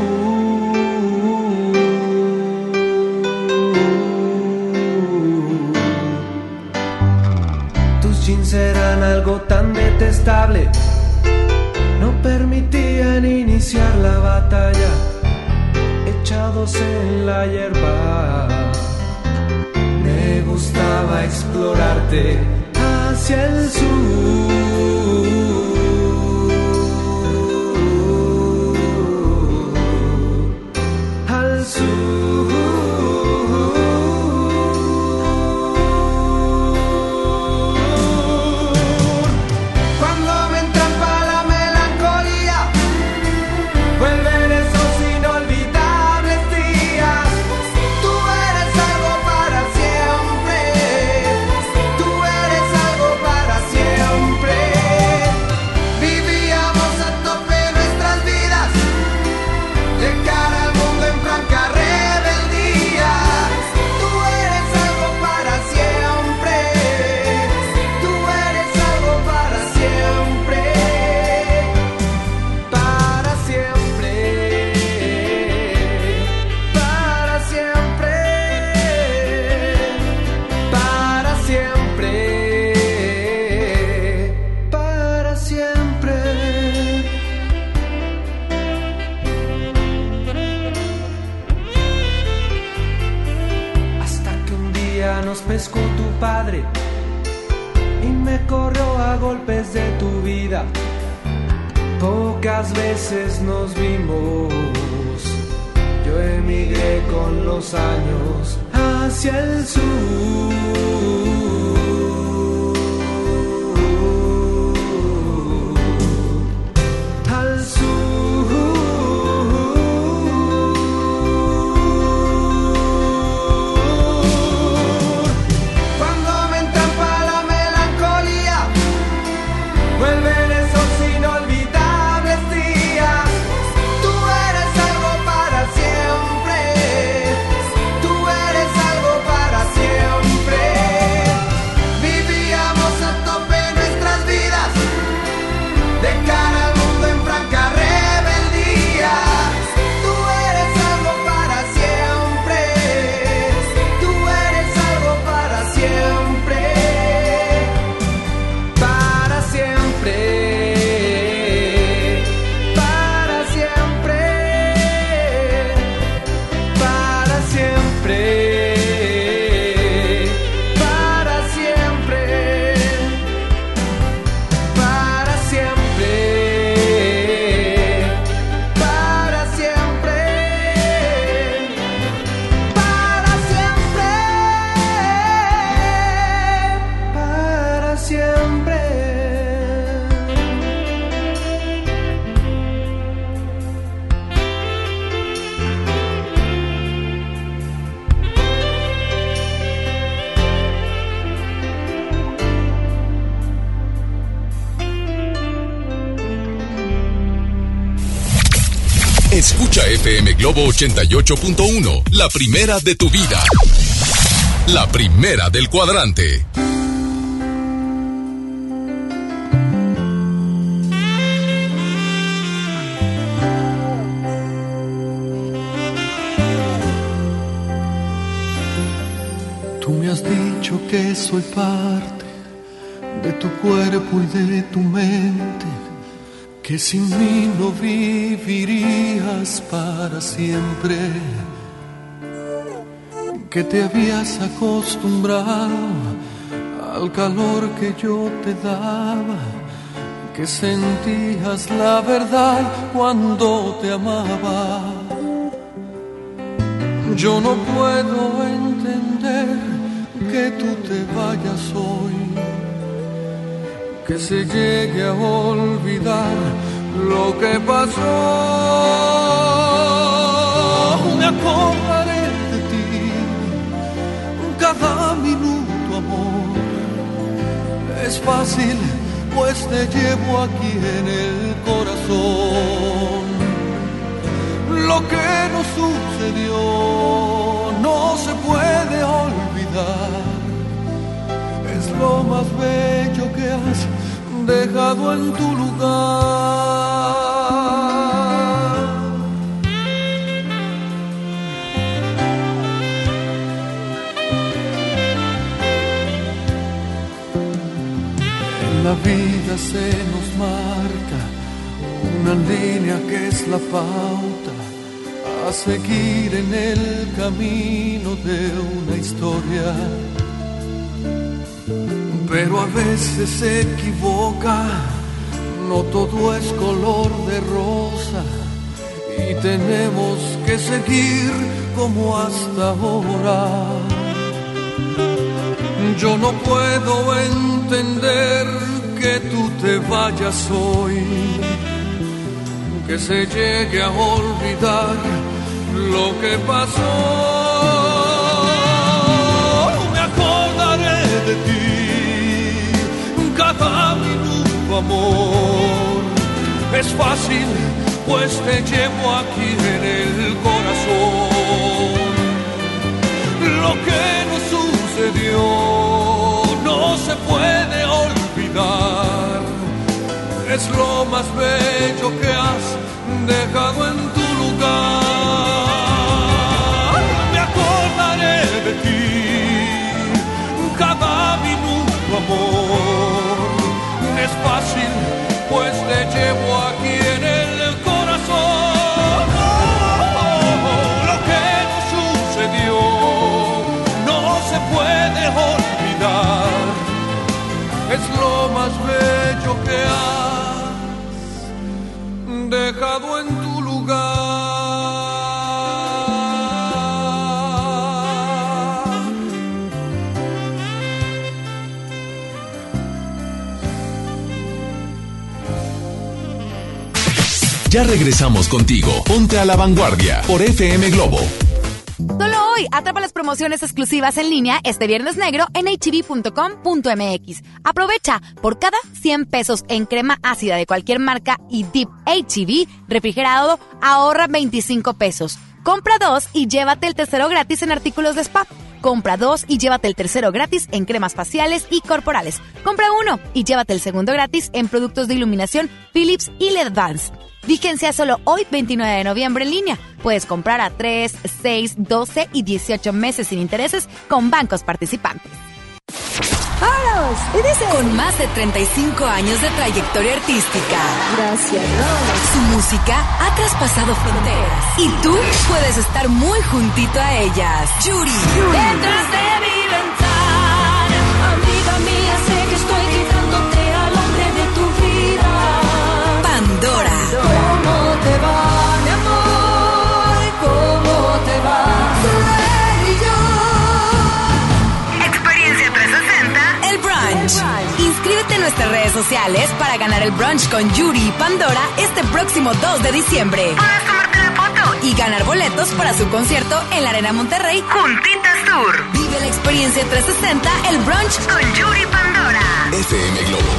Tus jeans eran algo tan detestable, no permitían iniciar la batalla, echados en la hierba. Me gustaba explorarte hacia el sur. Al sur. Cuando me entrampa la melancolía, vuelven esos inolvidables días. Tú eres algo para siempre. Tú eres algo para siempre. Vivíamos a tope nuestras vidas, de cara al mundo en franca rebeldía. Tú eres algo para siempre. Tú eres algo para siempre. Para siempre. Para siempre. Para siempre. Para siempre. Hasta que un día nos pescó tu padre y me corrió a golpes de tu vida. Pocas veces nos vimos, yo emigré con los años hacia el sur. Al sur. Cuando me entrampa la melancolía, vuelven esos inolvidables días. Tú eres algo para siempre. Tú eres algo para siempre. Vivíamos a tope nuestras vidas, de cara al mundo en franca rebeldía. Tú eres algo para siempre. Tú eres algo para siempre. Para siempre. Para siempre. Para siempre. Para siempre. Para siempre. Para siempre. Para siempre. Para siempre. Escucha FM Globo 88.1, la primera de tu vida. La primera del cuadrante. Tú me has dicho que soy parte de tu cuerpo y de tu mente, que sin mí no vivirías para siempre, que te habías acostumbrado al calor que yo te daba, que sentías la verdad cuando te amaba. Yo no puedo entender que tú te vayas hoy, que se llegue a olvidar lo que pasó. Me acordaré de ti cada minuto, amor. Es fácil, pues te llevo aquí en el corazón. Lo que nos sucedió no se puede olvidar. Es lo más bello que has dejado en tu lugar. En la vida se nos marca una línea que es la pauta a seguir en el camino de una historia. Pero a veces se equivoca, no todo es color de rosa y tenemos que seguir como hasta ahora. Yo no puedo entender que tú te vayas hoy, que se llegue a olvidar lo que pasó. Me acordaré de ti cada minuto, amor. Es fácil, pues te llevo aquí en el corazón. Lo que nos sucedió no se puede olvidar. Es lo más bello que has dejado en tu lugar. Me acordaré de ti cada minuto, amor. Es fácil, pues te llevo aquí en el corazón. Lo que nos sucedió no se puede olvidar. Es lo más bello que has dejado en tu lugar. Ya regresamos contigo. Ponte a la vanguardia por FM Globo. Solo hoy, atrapa las promociones exclusivas en línea este Viernes Negro en HEB.com.mx. Aprovecha, por cada 100 pesos en crema ácida de cualquier marca y dip HEB refrigerado, ahorra 25 pesos. Compra 2 y llévate el tercero gratis en artículos de spa. Compra 2 y llévate el tercero gratis en cremas faciales y corporales. Compra 1 y llévate el segundo gratis en productos de iluminación Philips y LED Vans. Vigencia solo hoy, 29 de noviembre, en línea. Puedes comprar a 3, 6, 12 y 18 meses sin intereses con bancos participantes. Con más de 35 años de trayectoria artística. Gracias, Su música ha traspasado fronteras y tú puedes estar muy juntito a ellas. Yuri. Detrás de mi ventana, amiga mía, sé que estoy quitándote al hombre de tu vida. Pandora. ¿Cómo te va, mi amor? ¿Cómo te va? Experiencia 360, el brunch. Inscríbete en nuestras redes sociales para ganar el brunch con Yuri y Pandora este próximo 2 de diciembre. Puedes tomarte la foto y ganar boletos para su concierto en la Arena Monterrey Juntitas Tour. Vive la experiencia 360, el brunch con Yuri y Pandora. FM Globo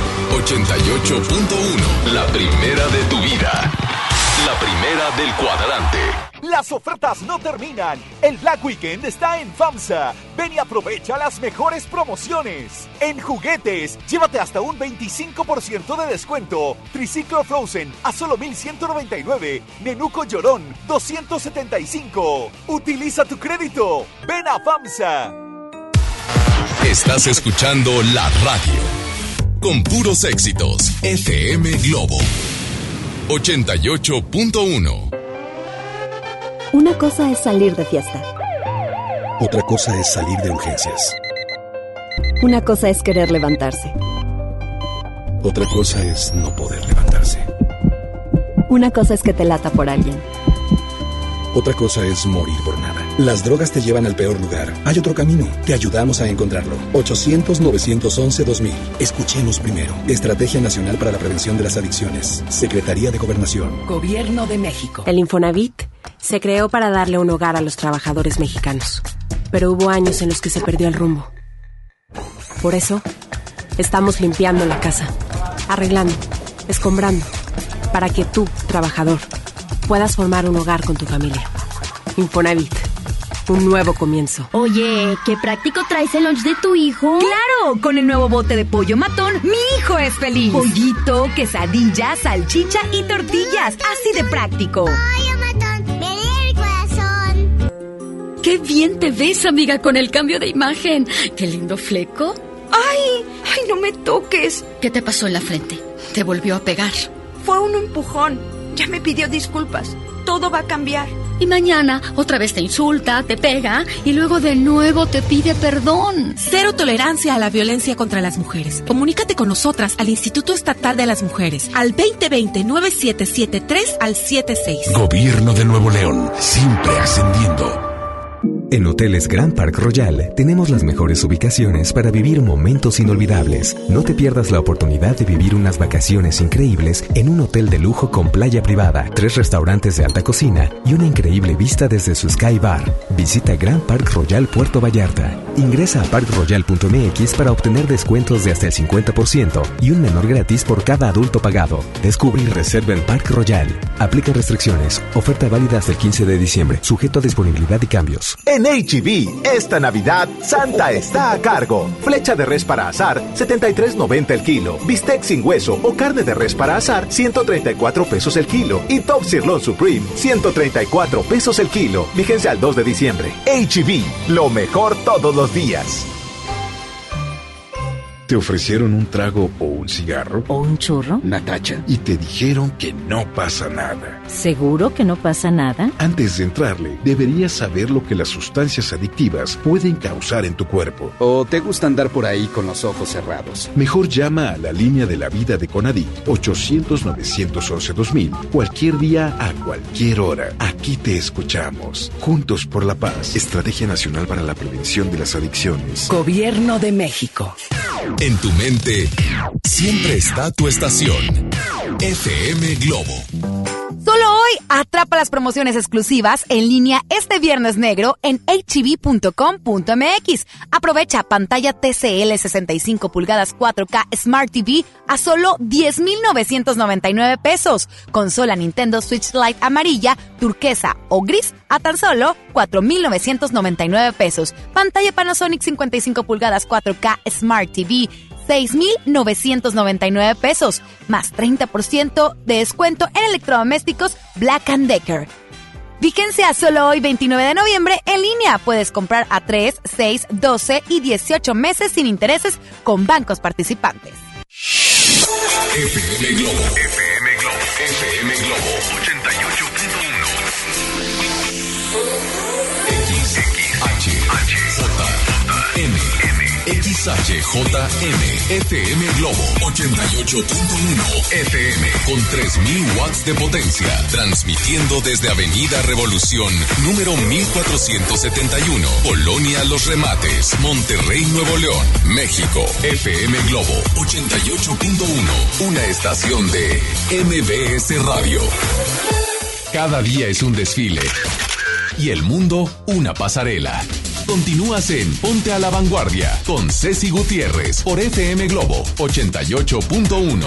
88.1, la primera de tu vida. La primera del cuadrante. Las ofertas no terminan. El Black Weekend está en FAMSA. Ven y aprovecha las mejores promociones. En juguetes, llévate hasta un 25% de descuento. Triciclo Frozen a solo 1,199. Nenuco Llorón, 275. Utiliza tu crédito. Ven a FAMSA. Estás escuchando la radio. Con puros éxitos. FM Globo 88.1. Una cosa es salir de fiesta. Otra cosa es salir de urgencias. Una cosa es querer levantarse. Otra cosa es no poder levantarse. Una cosa es que te lata por alguien. Otra cosa es morir por nada. Las drogas te llevan al peor lugar. Hay otro camino. Te ayudamos a encontrarlo. 800-911-2000. Escuchemos primero. Estrategia Nacional para la Prevención de las Adicciones. Secretaría de Gobernación. Gobierno de México. El Infonavit se creó para darle un hogar a los trabajadores mexicanos. Pero hubo años en los que se perdió el rumbo. Por eso, estamos limpiando la casa, arreglando, escombrando, para que tú, trabajador, puedas formar un hogar con tu familia. Infonavit, un nuevo comienzo. Oye, qué práctico traes el lunch de tu hijo. ¡Claro! Con el nuevo bote de pollo matón, mi hijo es feliz. Pollito, quesadilla, salchicha y tortillas. Así de práctico. Pollo matón, me lee el corazón. ¡Qué bien te ves, amiga, con el cambio de imagen! ¡Qué lindo fleco! ¡Ay! ¡Ay, no me toques! ¿Qué te pasó en la frente? ¿Te volvió a pegar? Fue un empujón. Ya me pidió disculpas. Todo va a cambiar. Y mañana otra vez te insulta, te pega y luego de nuevo te pide perdón. Cero tolerancia a la violencia contra las mujeres. Comunícate con nosotras al Instituto Estatal de las Mujeres al 2020-9773 al 76. Gobierno de Nuevo León, siempre ascendiendo. En Hoteles Grand Park Royal tenemos las mejores ubicaciones para vivir momentos inolvidables. No te pierdas la oportunidad de vivir unas vacaciones increíbles en un hotel de lujo con playa privada, 3 restaurantes de alta cocina y una increíble vista desde su Sky Bar. Visita Grand Park Royal Puerto Vallarta. Ingresa a parkroyal.mx para obtener descuentos de hasta el 50% y un menor gratis por cada adulto pagado. Descubre y reserva en Park Royal. Aplica restricciones. Oferta válida hasta el 15 de diciembre. Sujeto a disponibilidad y cambios. En H-E-B, esta Navidad, Santa está a cargo. Flecha de res para asar, $73.90 el kilo. Bistec sin hueso o carne de res para asar, $134 el kilo. Y Top Sirloin Supreme, $134 el kilo. Vigencia al 2 de diciembre. H-E-B, lo mejor todos los días. ¿Te ofrecieron un trago o un cigarro? ¿O un churro? Natacha. Y te dijeron que no pasa nada. ¿Seguro que no pasa nada? Antes de entrarle, deberías saber lo que las sustancias adictivas pueden causar en tu cuerpo. ¿O te gusta andar por ahí con los ojos cerrados? Mejor llama a la línea de la vida de Conadic, 800-911-2000, cualquier día, a cualquier hora. Aquí te escuchamos. Juntos por la paz. Estrategia Nacional para la Prevención de las Adicciones. Gobierno de México. En tu mente, siempre está tu estación. FM Globo. Solo hoy atrapa las promociones exclusivas en línea este Viernes Negro en hb.com.mx. Aprovecha pantalla TCL 65 pulgadas 4K Smart TV a solo $10,999. Consola Nintendo Switch Lite amarilla, turquesa o gris a tan solo $4,999. Pantalla Panasonic 55 pulgadas 4K Smart TV, $6,999, más 30% de descuento en electrodomésticos Black & Decker. Vigencia solo hoy 29 de noviembre en línea. Puedes comprar a 3, 6, 12 y 18 meses sin intereses con bancos participantes. FM Globo. FM Globo. FM Globo 88.1. XHJM, FM Globo 88.1 FM con 3.000 watts de potencia, transmitiendo desde Avenida Revolución, número 1471, Colonia Los Remates, Monterrey, Nuevo León, México. FM Globo 88.1, una estación de MBS Radio. Cada día es un desfile y el mundo una pasarela. Continúas en Ponte a la Vanguardia con Ceci Gutiérrez por FM Globo 88.1.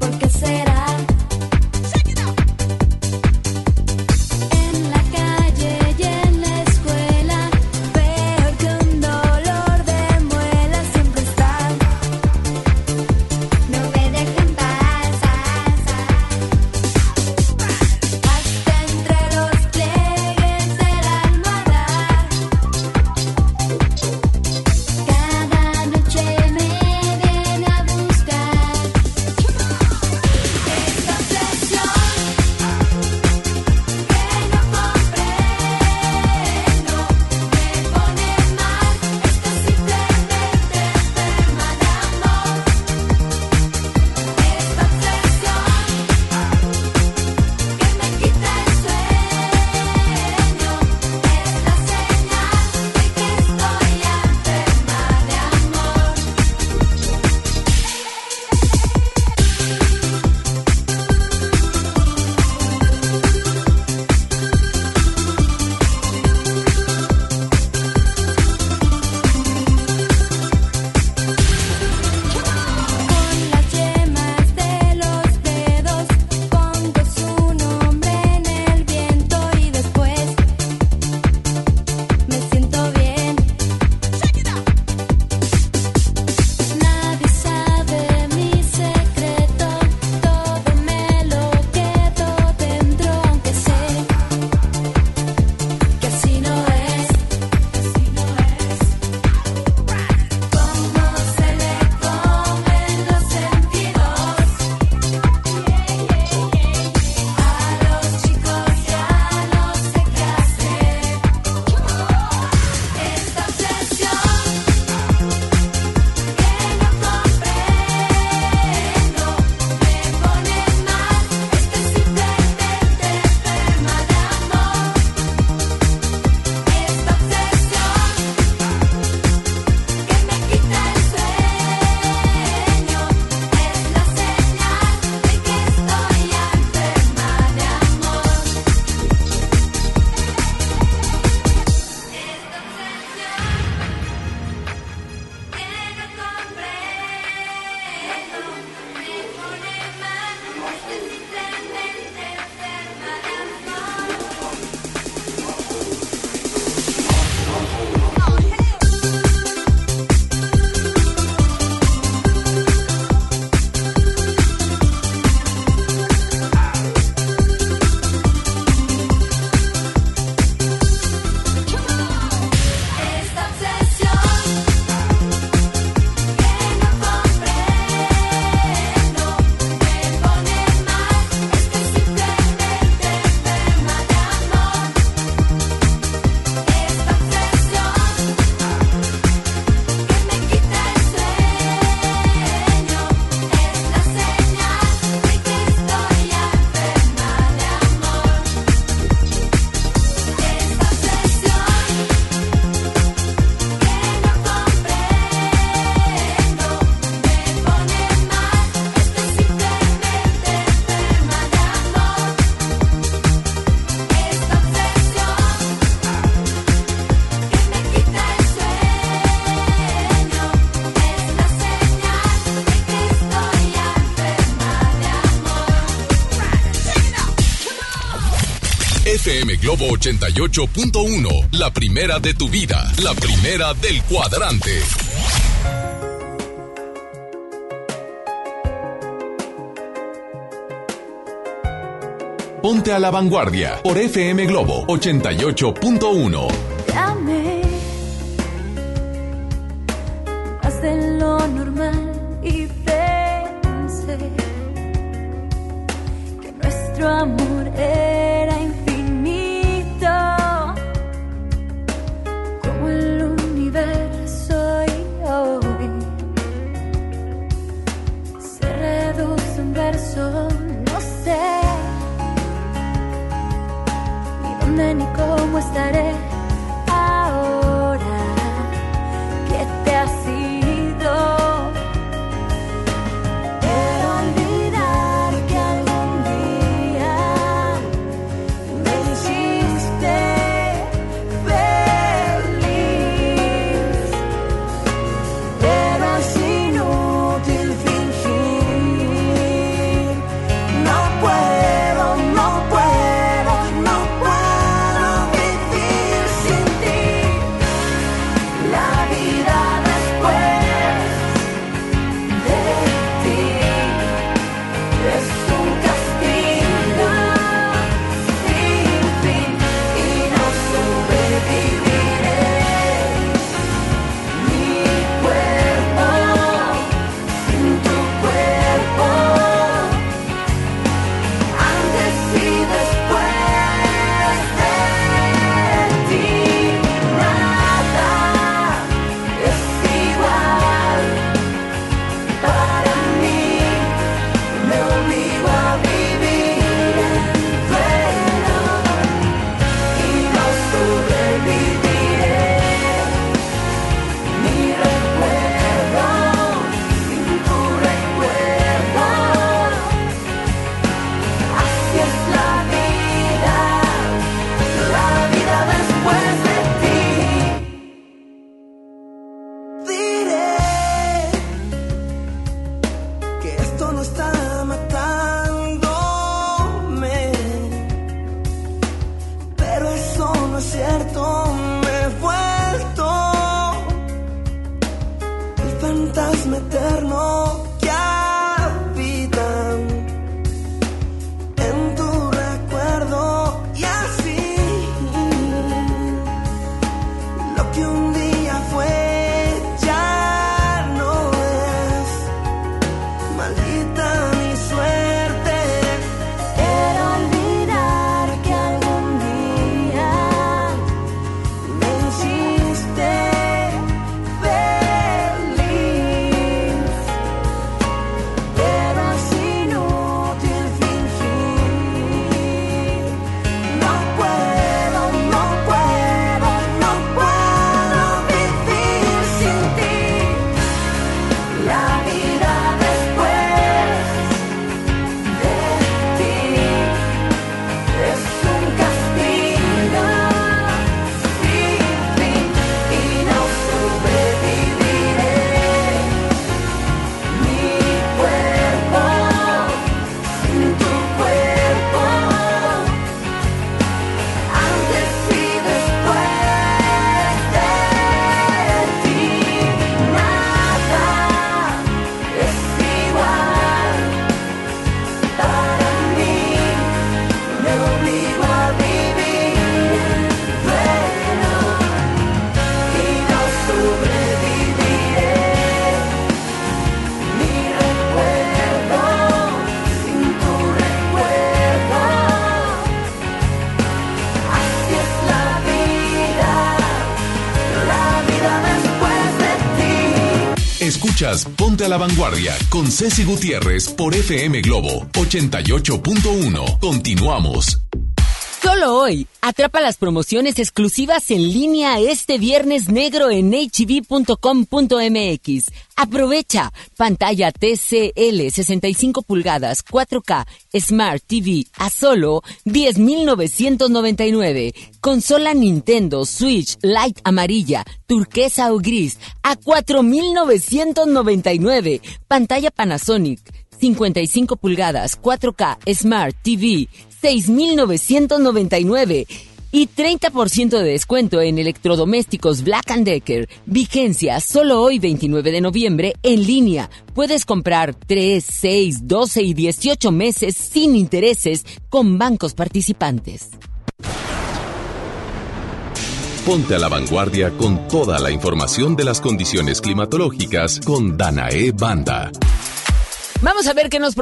En la calle FM Globo 88.1, la primera de tu vida, la primera del cuadrante. Ponte a la vanguardia por FM Globo 88.1. Te amé más de lo normal y pensé que nuestro amor era infinito, como el universo, y hoy se reduce a un verso. No sé ni cómo estaré ahora que te has ido. Quiero olvidar que algún día me hiciste feliz, pero es inútil fingir. No puedo, no puedo, no puedo Escuchas Ponte a la Vanguardia con Ceci Gutiérrez por FM Globo 88.1. Continuamos. Solo hoy, atrapa las promociones exclusivas en línea este viernes negro en hb.com.mx. Aprovecha pantalla TCL 65 pulgadas 4K Smart TV a solo 10,999. Consola Nintendo Switch Lite amarilla, turquesa o gris a 4,999. Pantalla Panasonic 55 pulgadas, 4K, Smart TV, 6,999. Y 30% de descuento en electrodomésticos Black & Decker. Vigencia solo hoy 29 de noviembre en línea. Puedes comprar 3, 6, 12 y 18 meses sin intereses con bancos participantes. Ponte a la vanguardia con toda la información de las condiciones climatológicas con Danae Banda. Vamos a ver qué nos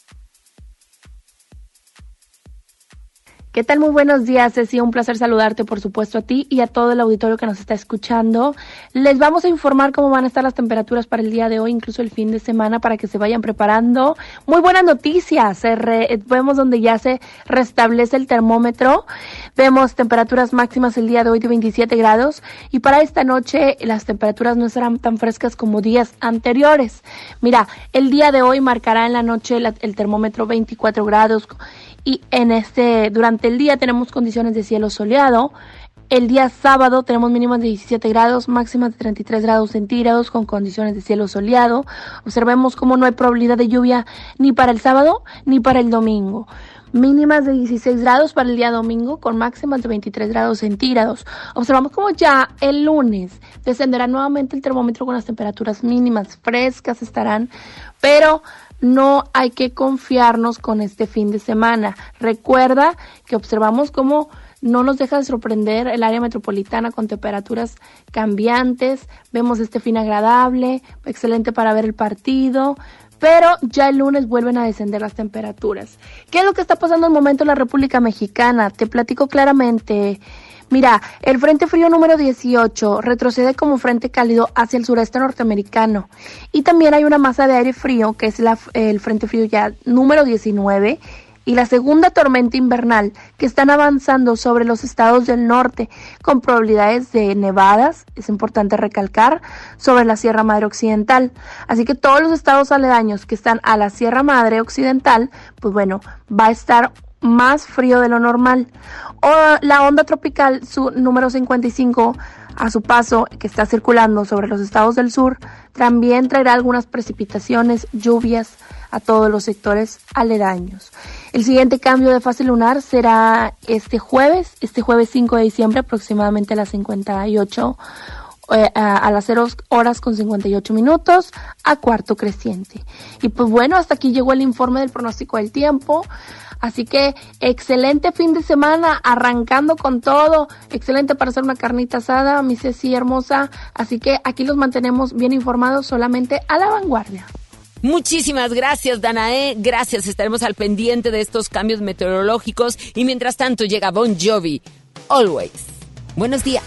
¿Qué tal? Muy buenos días, Ceci. Un placer saludarte, por supuesto, a ti y a todo el auditorio que nos está escuchando. Les vamos a informar cómo van a estar las temperaturas para el día de hoy, incluso el fin de semana, para que se vayan preparando. Muy buenas noticias. Vemos donde ya se restablece el termómetro. Vemos temperaturas máximas el día de hoy de 27 grados. Y para esta noche las temperaturas no serán tan frescas como días anteriores. Mira, el día de hoy marcará en la noche el termómetro 24 grados. Y durante el día tenemos condiciones de cielo soleado. El día sábado tenemos mínimas de 17 grados, máximas de 33 grados centígrados con condiciones de cielo soleado. Observemos cómo no hay probabilidad de lluvia ni para el sábado ni para el domingo. Mínimas de 16 grados para el día domingo con máximas de 23 grados centígrados. Observamos cómo ya el lunes descenderá nuevamente el termómetro con las temperaturas mínimas frescas estarán, pero no hay que confiarnos con este fin de semana. Recuerda que observamos cómo no nos deja de sorprender el área metropolitana con temperaturas cambiantes. Vemos este fin agradable, excelente para ver el partido, pero ya el lunes vuelven a descender las temperaturas. ¿Qué es lo que está pasando al momento en la República Mexicana? Te platico claramente. Mira, el Frente Frío número 18 retrocede como frente cálido hacia el sureste norteamericano. Y también hay una masa de aire frío, que es el Frente Frío ya número 19, y la segunda tormenta invernal, que están avanzando sobre los estados del norte, con probabilidades de nevadas, es importante recalcar, sobre la Sierra Madre Occidental. Así que todos los estados aledaños que están a la Sierra Madre Occidental, pues bueno, va a estar más frío de lo normal. La onda tropical número 55 a su paso, que está circulando sobre los estados del sur, también traerá algunas precipitaciones, lluvias a todos los sectores aledaños. El siguiente cambio de fase lunar será este jueves 5 de diciembre, aproximadamente a las 58 a las 0 horas con 58 minutos a cuarto creciente. Y pues bueno, hasta aquí llegó el informe del pronóstico del tiempo. Así que excelente fin de semana, arrancando con todo, excelente para hacer una carnita asada, mi Ceci hermosa. Así que aquí los mantenemos bien informados solamente a la vanguardia. Muchísimas gracias, Danae. Gracias, estaremos al pendiente de estos cambios meteorológicos. Y mientras tanto llega Bon Jovi, Always. Buenos días.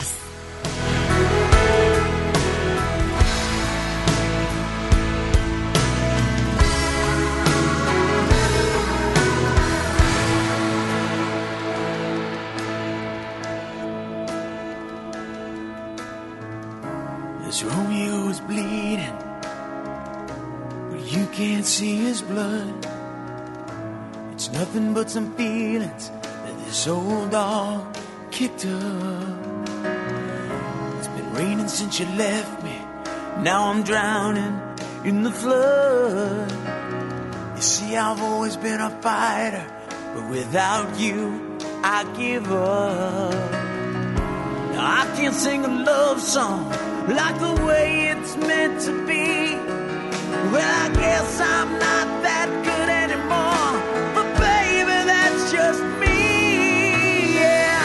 As Romeo is bleeding, but you can't see his blood. It's nothing but some feelings that this old dog kicked up. It's been raining since you left me. Now I'm drowning in the flood. You see, I've always been a fighter, but without you, I give up. Now I can't sing a love song like the way it's meant to be. Well, I guess I'm not that good anymore, but baby, that's just me. Yeah,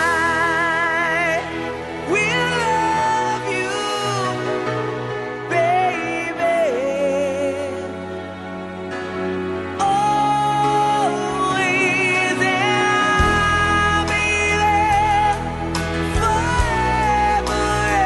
I will love you, baby, always, and I'll be there forever.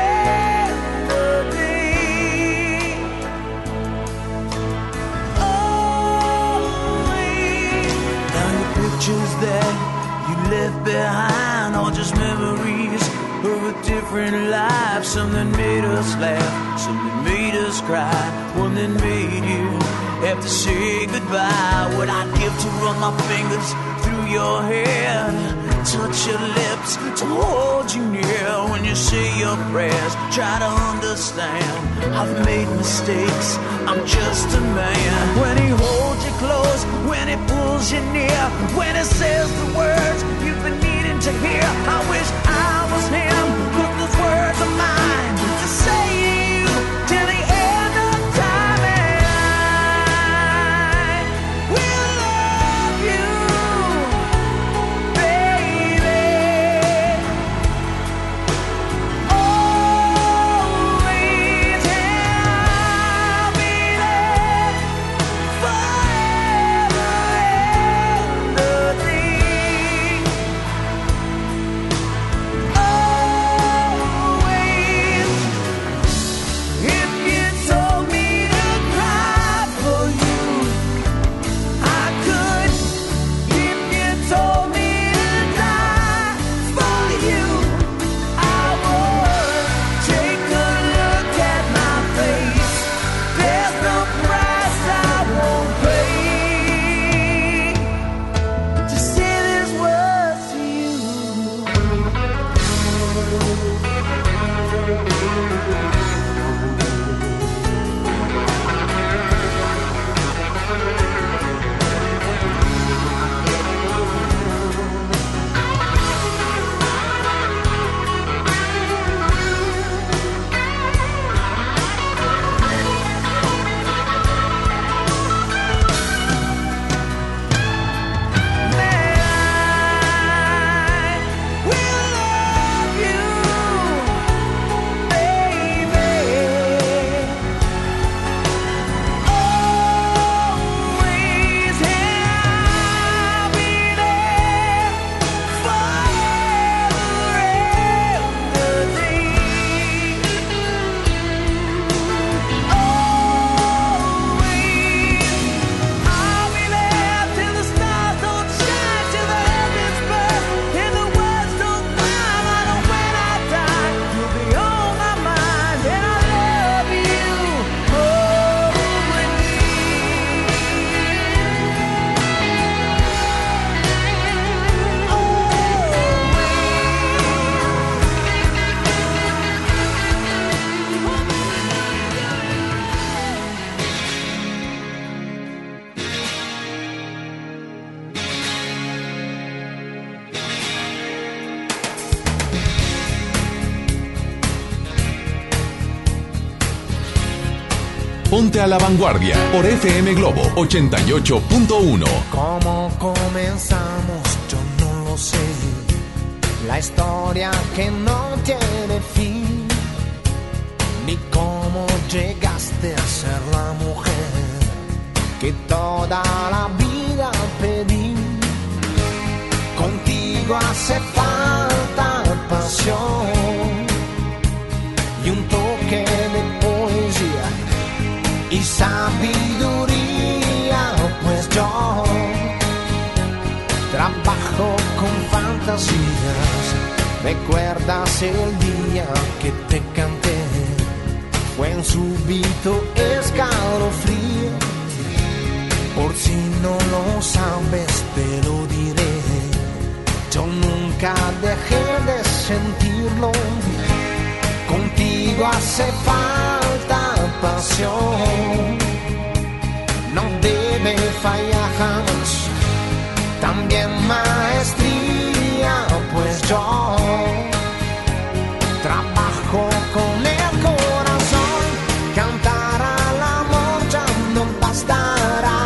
Pictures that you left behind, all just memories of a different life. Some that made us laugh, some that made us cry, one that made you have to say goodbye. What I'd give to run my fingers through your hair, touch your lips, to hold you near when you say your prayers. Try to understand, I've made mistakes, I'm just a man. When he holds close, when it pulls you near, when it says the words you've been needing to hear. I wish I was him, 'cause those words are mine to say to you till the end of time. And I will love you, baby, always, and I'll be there forever and a day. Always, if you told me to cry for you, I could. If you told me to die for you, I would. Take a look at my face. There's no price I won't pay to say these words to you. Ponte a la vanguardia por FM Globo 88.1. ¿Cómo comenzamos? Yo no lo sé. La historia que no tiene fin. Ni cómo llegaste a ser la mujer que toda la vida pedí. Contigo hace falta pasión y un toque de poesía y sabiduría, pues yo trabajo con fantasías. ¿Recuerdas el día que te canté? Fue un súbito escalofrío. Por si no lo sabes te lo diré. Yo nunca dejé de sentirlo. Contigo hace falta pasión, no debe fallar jamás. También maestría, pues yo trabajo con el corazón. Cantar al amor ya no bastará.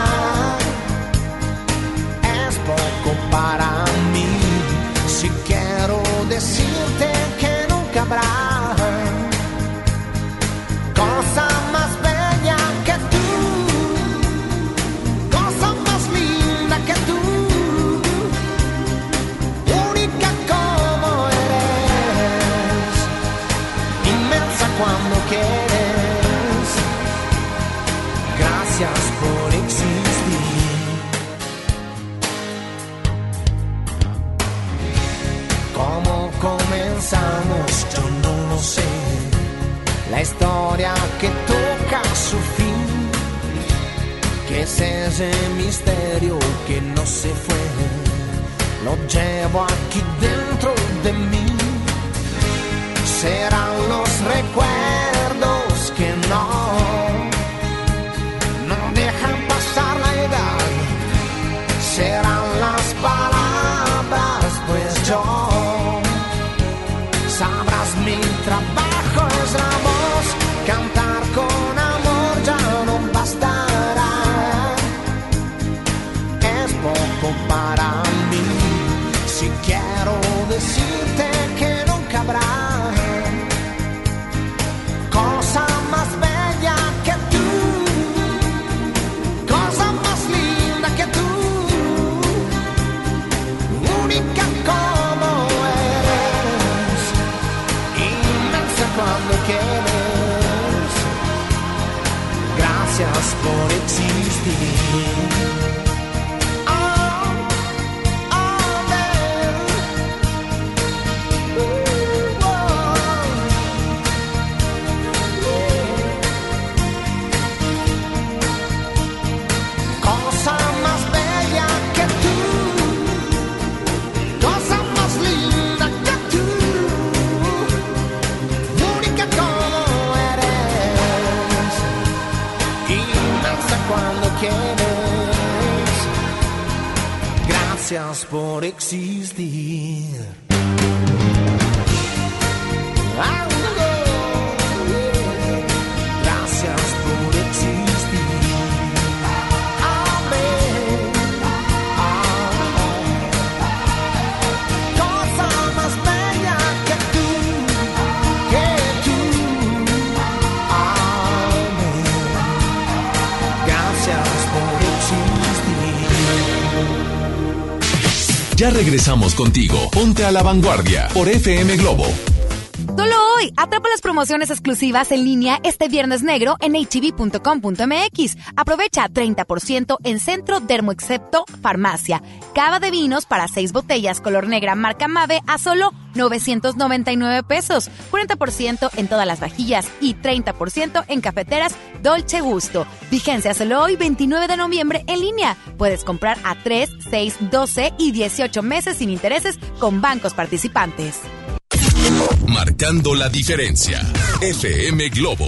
Es poco para mí. Si quiero decirte que nunca habrá cosa más bella que tú, cosa más linda que tú, única como eres, inmensa cuando quieres. Gracias por existir. ¿Cómo comenzamos? Yo no lo sé. La historia que toca su fin, que es ese misterio que no se fue, lo llevo aquí dentro de mí. Serán los recuerdos que no dejan pasar la edad. quieres. Gracias por existir. Gracias por existir. Gracias por existir. Amén. Cosa más bella que tú. Amén. Gracias por existir. Ya regresamos contigo. Ponte a la vanguardia por FM Globo. Solo hoy, atrapa las promociones exclusivas en línea este Viernes Negro en hb.com.mx. Aprovecha 30% en Centro Dermoexcepto Farmacia. Cava de vinos para 6 botellas color negra marca Mave a solo 999 pesos. 40% en todas las vajillas y 30% en cafeteras Dolce Gusto. Vigencia solo hoy, 29 de noviembre, en línea. Puedes comprar a 3, 6, 12 y 18 meses sin intereses con bancos participantes. Marcando la diferencia. FM Globo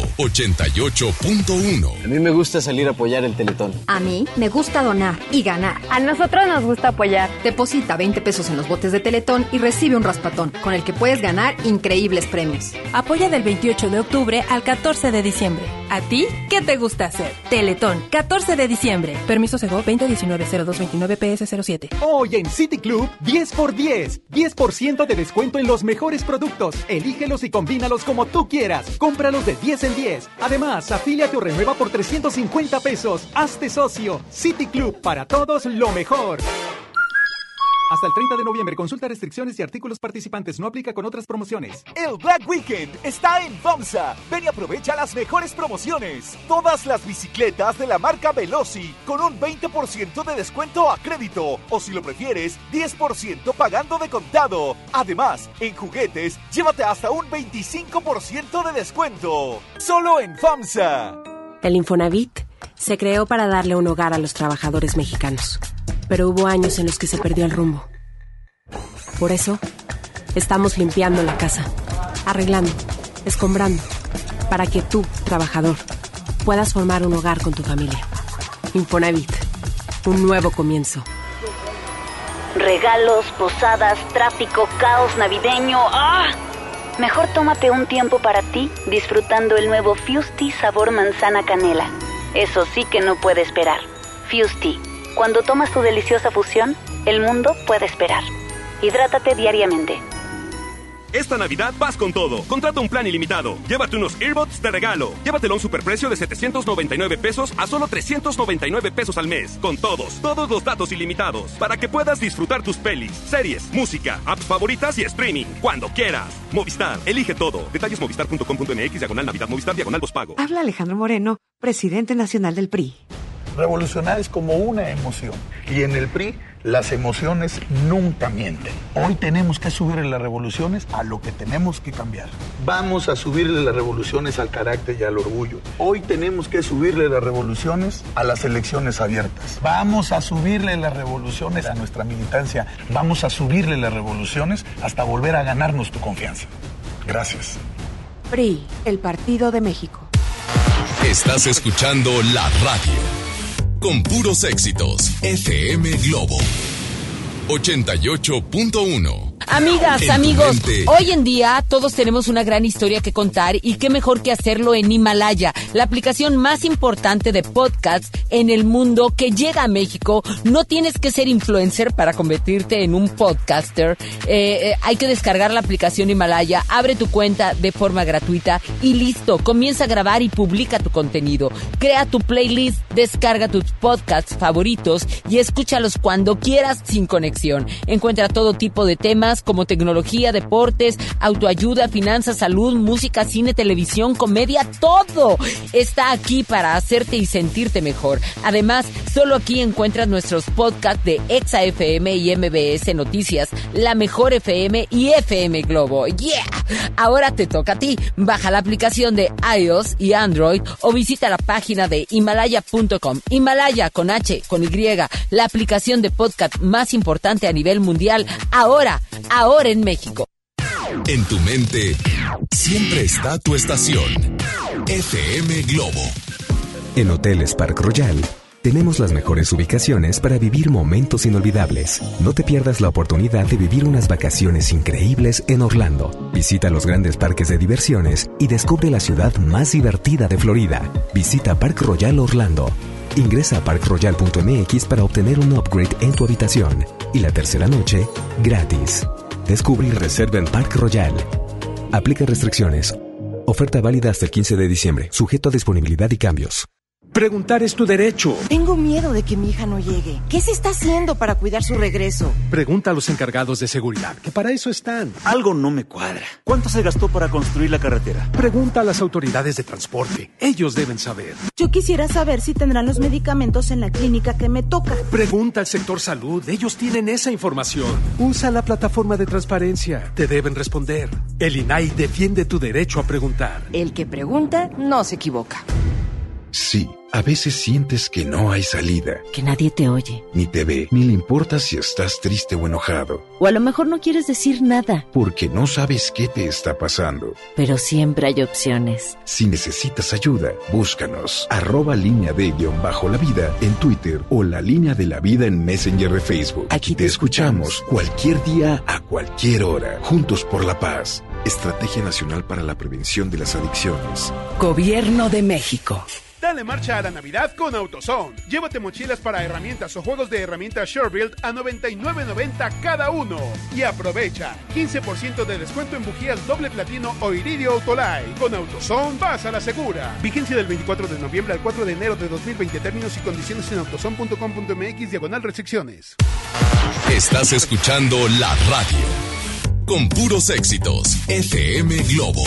88.1. A mí me gusta salir a apoyar el Teletón. A mí me gusta donar y ganar. A nosotros nos gusta apoyar. Deposita 20 pesos en los botes de Teletón y recibe un raspatón, con el que puedes ganar increíbles premios. Apoya del 28 de octubre al 14 de diciembre. ¿A ti qué te gusta hacer? Teletón, 14 de diciembre. Permiso Segov 2019-0229-PS07. Hoy en City Club, 10x10. 10% de descuento en los mejores productos. Elígelos y combínalos como tú quieras. Cómpralos de 10 en 10. Además, afíliate o renueva por 350 pesos. Hazte socio. City Club, para todos lo mejor. Hasta el 30 de noviembre, consulta restricciones y artículos participantes. No aplica con otras promociones. El Black Weekend está en FAMSA. Ven y aprovecha las mejores promociones. Todas las bicicletas de la marca Veloci con un 20% de descuento a crédito. O si lo prefieres, 10% pagando de contado. Además, en juguetes, llévate hasta un 25% de descuento. Solo en FAMSA. El Infonavit se creó para darle un hogar a los trabajadores mexicanos. Pero hubo años en los que se perdió el rumbo. Por eso, estamos limpiando la casa, arreglando, escombrando, para que tú, trabajador, puedas formar un hogar con tu familia. Infonavit, un nuevo comienzo. Regalos, posadas, tráfico, caos navideño. ¡Ah! Mejor tómate un tiempo para ti, disfrutando el nuevo Fusti sabor manzana canela. Eso sí que no puede esperar. Fusti. Cuando tomas tu deliciosa fusión, el mundo puede esperar. Hidrátate diariamente. Esta Navidad vas con todo. Contrata un plan ilimitado. Llévate unos earbuds de regalo. Llévatelo a un superprecio de 799 pesos a solo 399 pesos al mes. Con todos los datos ilimitados. Para que puedas disfrutar tus pelis, series, música, apps favoritas y streaming. Cuando quieras. Movistar, elige todo. Detalles movistar.com.mx/Navidad Movistar /pospago. Habla Alejandro Moreno, presidente nacional del PRI. Revolucionar es como una emoción. Y en el PRI, las emociones nunca mienten. Hoy tenemos que subirle las revoluciones a lo que tenemos que cambiar. Vamos a subirle las revoluciones al carácter y al orgullo. Hoy tenemos que subirle las revoluciones a las elecciones abiertas. Vamos a subirle las revoluciones a nuestra militancia. Vamos a subirle las revoluciones hasta volver a ganarnos tu confianza. Gracias. PRI, el Partido de México. Estás escuchando la radio. Con puros éxitos, FM Globo 88.1. Amigas, amigos, hoy en día todos tenemos una gran historia que contar y qué mejor que hacerlo en Himalaya, la aplicación más importante de podcasts en el mundo que llega a México. No tienes que ser influencer para convertirte en un podcaster. Hay que descargar la aplicación Himalaya, abre tu cuenta de forma gratuita y listo, comienza a grabar y publica tu contenido. Crea tu playlist, descarga tus podcasts favoritos y escúchalos cuando quieras sin conexión. Encuentra todo tipo de temas temas como tecnología, deportes, autoayuda, finanzas, salud, música, cine, televisión, comedia, todo está aquí para hacerte y sentirte mejor. Además, solo aquí encuentras nuestros podcasts de Exa FM y MBS Noticias, La Mejor FM y FM Globo. ¡Yeah! Ahora te toca a ti. Baja la aplicación de iOS y Android o visita la página de Himalaya.com. Himalaya con H, con Y, la aplicación de podcast más importante a nivel mundial, ahora en México. En tu mente siempre está tu estación. FM Globo. En Hoteles Park Royal tenemos las mejores ubicaciones para vivir momentos inolvidables. No te pierdas la oportunidad de vivir unas vacaciones increíbles en Orlando. Visita los grandes parques de diversiones y descubre la ciudad más divertida de Florida. Visita Park Royal Orlando. Ingresa a parkroyal.mx para obtener un upgrade en tu habitación. Y la tercera noche, gratis. Descubre y reserva en Park Royal. Aplica restricciones. Oferta válida hasta el 15 de diciembre. Sujeto a disponibilidad y cambios. Preguntar es tu derecho. Tengo miedo de que mi hija no llegue. ¿Qué se está haciendo para cuidar su regreso? Pregunta a los encargados de seguridad, que para eso están. Algo no me cuadra. ¿Cuánto se gastó para construir la carretera? Pregunta a las autoridades de transporte. Ellos deben saber. Yo quisiera saber si tendrán los medicamentos en la clínica que me toca. Pregunta al sector salud. Ellos tienen esa información. Usa la plataforma de transparencia. Te deben responder. El INAI defiende tu derecho a preguntar. El que pregunta no se equivoca. Sí, a veces sientes que no hay salida. Que nadie te oye. Ni te ve, ni le importa si estás triste o enojado. O a lo mejor no quieres decir nada. Porque no sabes qué te está pasando. Pero siempre hay opciones. Si necesitas ayuda, búscanos. @línea de_la vida en Twitter o la línea de la vida en Messenger de Facebook. Aquí te escuchamos cualquier día, a cualquier hora. Juntos por la paz. Estrategia Nacional para la Prevención de las Adicciones. Gobierno de México. Dale marcha a la Navidad con AutoZone. Llévate mochilas para herramientas o juegos de herramientas SureBuild a $99.90 cada uno. Y aprovecha 15% de descuento en bujías doble platino o iridio Autolite. Con AutoZone vas a la segura. Vigencia del 24 de noviembre al 4 de enero de 2020. Términos y condiciones en autozone.com.mx/restricciones. Estás escuchando la radio. Con puros éxitos. FM Globo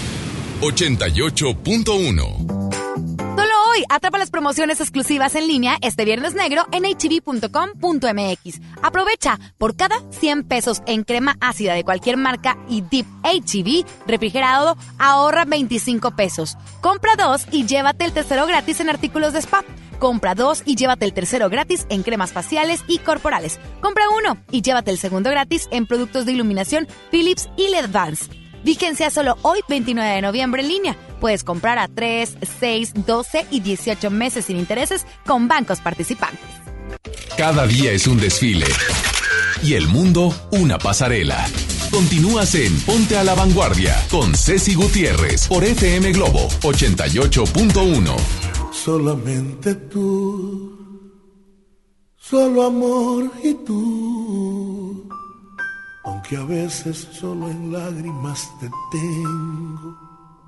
88.1. Solo hoy, atrapa las promociones exclusivas en línea este Viernes Negro en hb.com.mx. Aprovecha, por cada 100 pesos en crema ácida de cualquier marca y dip HB refrigerado, ahorra 25 pesos. Compra 2 y llévate el tercero gratis en artículos de spa. Compra 2 y llévate el tercero gratis en cremas faciales y corporales. Compra 1 y llévate el segundo gratis en productos de iluminación Philips y LED Vans. Vigencia solo hoy, 29 de noviembre en línea. Puedes comprar a 3, 6, 12 y 18 meses sin intereses con bancos participantes. Cada día es un desfile y el mundo una pasarela. Continúas en Ponte a la Vanguardia con Ceci Gutiérrez por FM Globo 88.1. Solamente tú, solo amor y tú. Aunque a veces solo en lágrimas te tengo.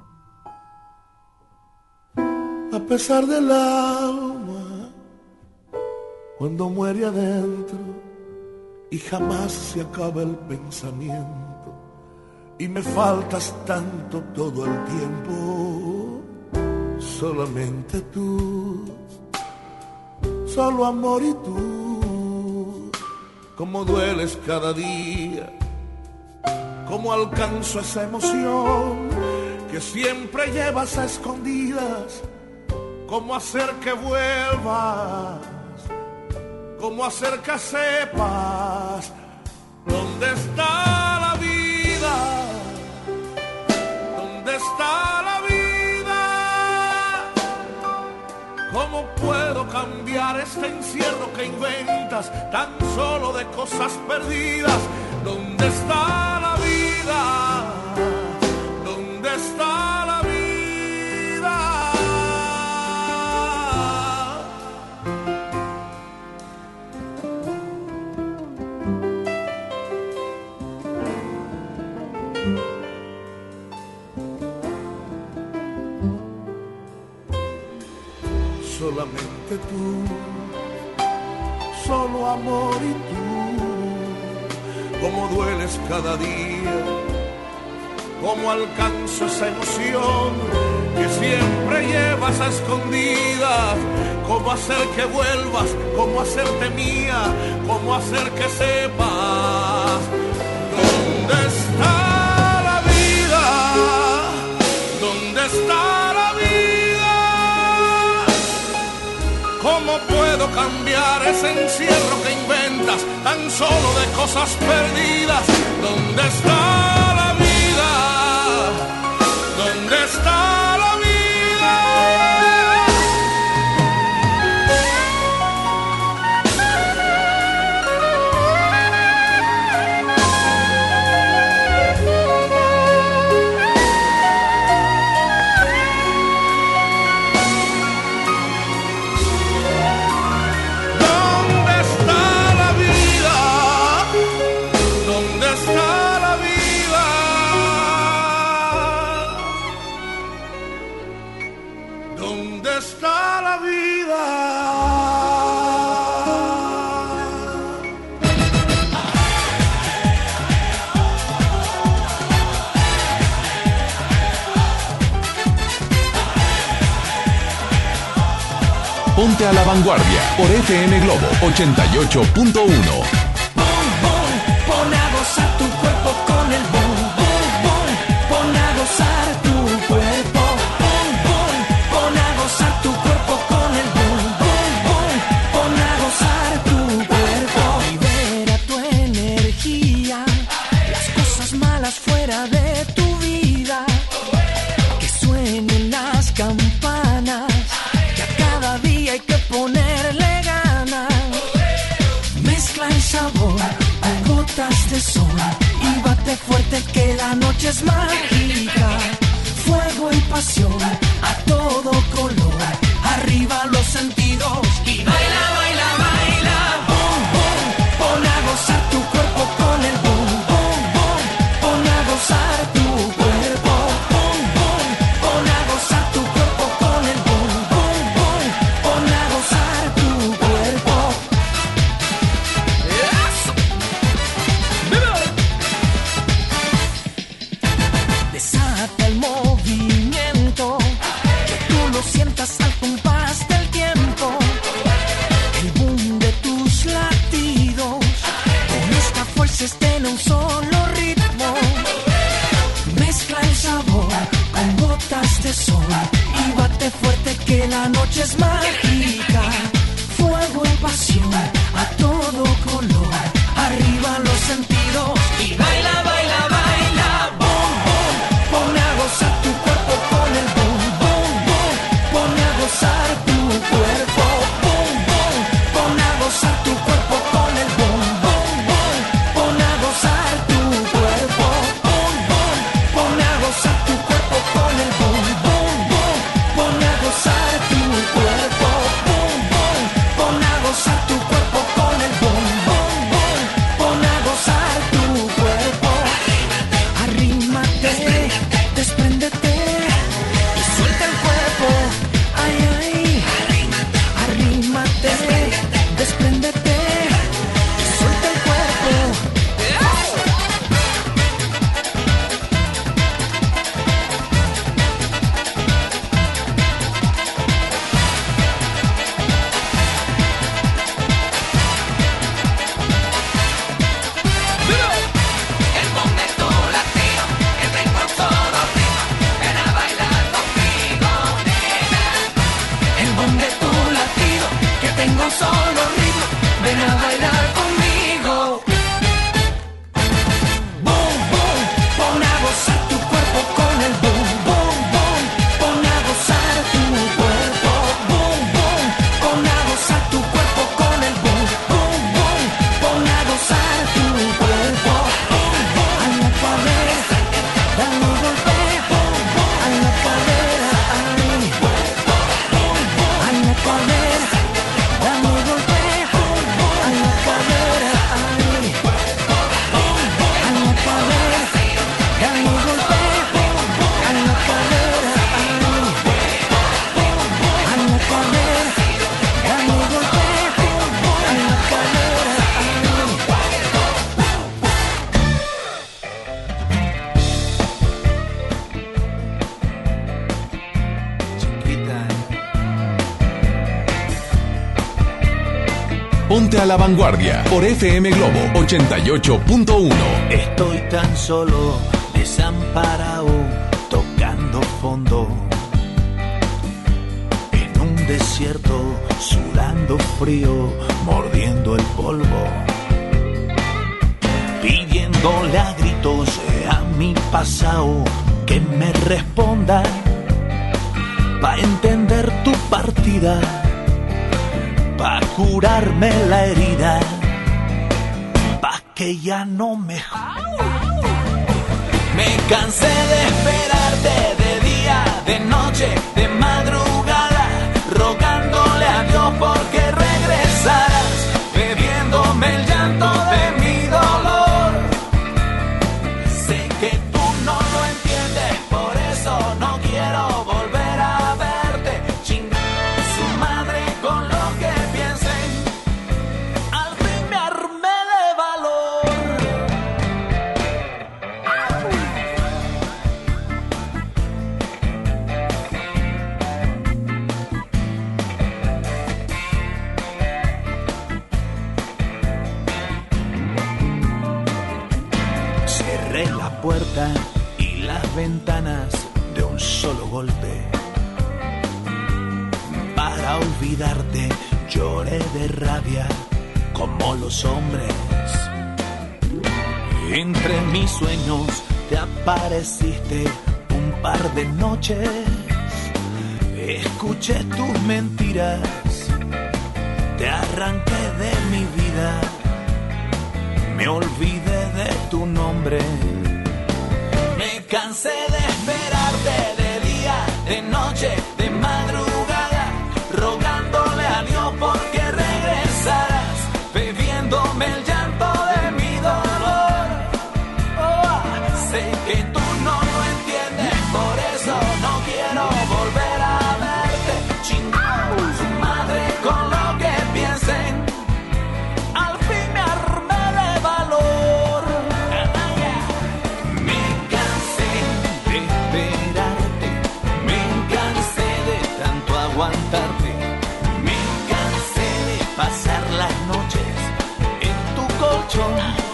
A pesar del alma, cuando muere adentro y jamás se acaba el pensamiento, y me faltas tanto todo el tiempo. Solamente tú, solo amor y tú. Cómo dueles cada día, cómo alcanzo esa emoción que siempre llevas a escondidas. Cómo hacer que vuelvas, cómo hacer que sepas dónde está la vida, dónde está la vida. ¿Cómo puedo cambiar este encierro que inventas tan solo de cosas perdidas? ¿Dónde está la vida? ¿Dónde está la vida? Solamente tú, solo amor y tú. cómo dueles cada día, cómo alcanzo esa emoción que siempre llevas a escondidas, cómo hacer que vuelvas, cómo hacerte mía, cómo hacer que sepas dónde está la vida, dónde está la vida, cómo puedo cambiar ese encierro que inventas tan solo de cosas perdidas, dónde está la vida, dónde está la vida. Ponte a la vanguardia por FM Globo 88.1. Pon a gozar tu cuerpo con el boom, boom, boom. Pon a gozar tu cuerpo, boom, boom. Pon a gozar tu cuerpo con el boom, boom, boom. Pon a gozar tu cuerpo. Libera tu energía, las cosas malas fuera de tu vida. Que suenen las campanas, que a cada día hay que ponerle ganas. Mezcla el sabor con gotas de sol y bate fuerte que la noche es mágica. Fuego y pasión a todo color, arriba los sentidos y baila, baila, baila. Boom, boom, pon a gozar tu cuerpo con el boom, boom, boom. Pon a gozar tu cuerpo, boom, boom. Pon a gozar tu cuerpo con el boom, boom, boom. Pon a gozar tu cuerpo. Eso. Desata el movimiento, que tú lo sientas al compás del tiempo. El boom de tus latidos, con esta fuerza estén a un solo ritmo. Mezcla el sabor con gotas de sol y bate fuerte que la noche es mágica. Fuego y pasión a todo color, arriba los sentidos y baila, baila, baila. Boom, boom, pon a gozar tu cuerpo con el boom, boom, boom. Pon a gozar tu cuerpo, boom, boom. Pon a gozar tu cuerpo con el boom, boom, boom. Pon a gozar tu cuerpo, boom, boom. Pon a gozar tu cuerpo con el boom, boom, boom. Pon a gozar tu cuerpo. Ponte a la vanguardia por FM Globo 88.1. Estoy tan solo, desamparado, tocando fondo. En un desierto, sudando frío, mordiendo el polvo. Pidiéndole a gritos a mi pasado que me responda, pa' entender tu partida, pa' curarme la herida, pa' que ya no me... Me cansé de esperarte de día, de noche, de madrugada, rogándole a Dios porque regresaras, bebiéndome el llanto de mi dolor. Sé que tú no lo entiendes, por eso no quiero volver a verte. Chingar su madre con lo que piensen. Al fin me armé de valor. Cerré la puerta y las ventanas de un solo golpe. Para olvidarte lloré de rabia como los hombres. Entre mis sueños te apareciste un par de noches. Escuché tus mentiras, te arranqué de mi vida. Me olvidé de tu nombre. Me cansé de esperarte de día, de noche, de madrugada, rogándole a Dios porque regresaras, bebiéndome el llanto de mi dolor. Oh, sé que tú no lo entiendes, por eso no quiero volver a verte. Chingao su madre con lo que piensen. Al fin me armé de valor. Me cansé de esperarte, me cansé de tanto aguantarte, me cansé de pasar las noches en tu colchón.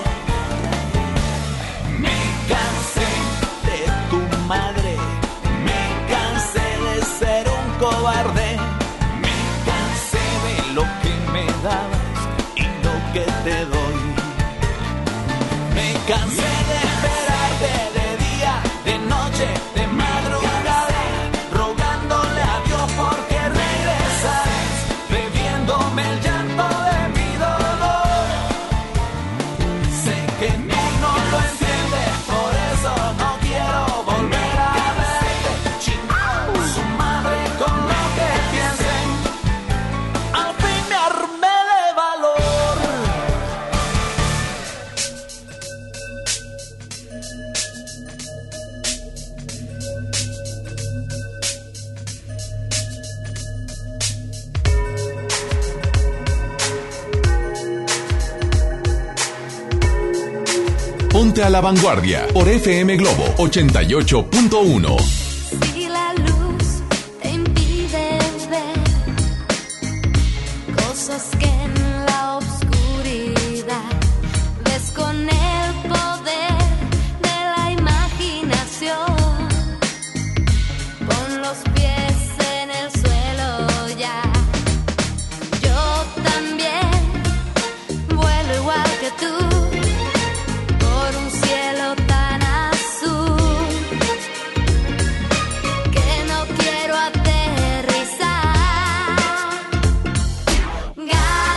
Me cansé de tu madre, me cansé de ser un cobarde, me cansé de lo que me dabas y lo que te doy. Me cansé de esperarte de día, de noche, de madrugada, rogándole a Dios porque regresaras, bebiéndome el llanto de mi dolor. Sé que tú no lo entiendes, por eso no quiero volver a verte. Chingao su madre con lo que piensen. Al fin me armé de valor. Ponte a la vanguardia por FM Globo 88.1. Si la luz te impide ver cosas que en la oscuridad ves con el poder de la imaginación, pon los pies en el suelo ya. Yo también vuelo igual que tú por un cielo tan azul que no quiero aterrizar.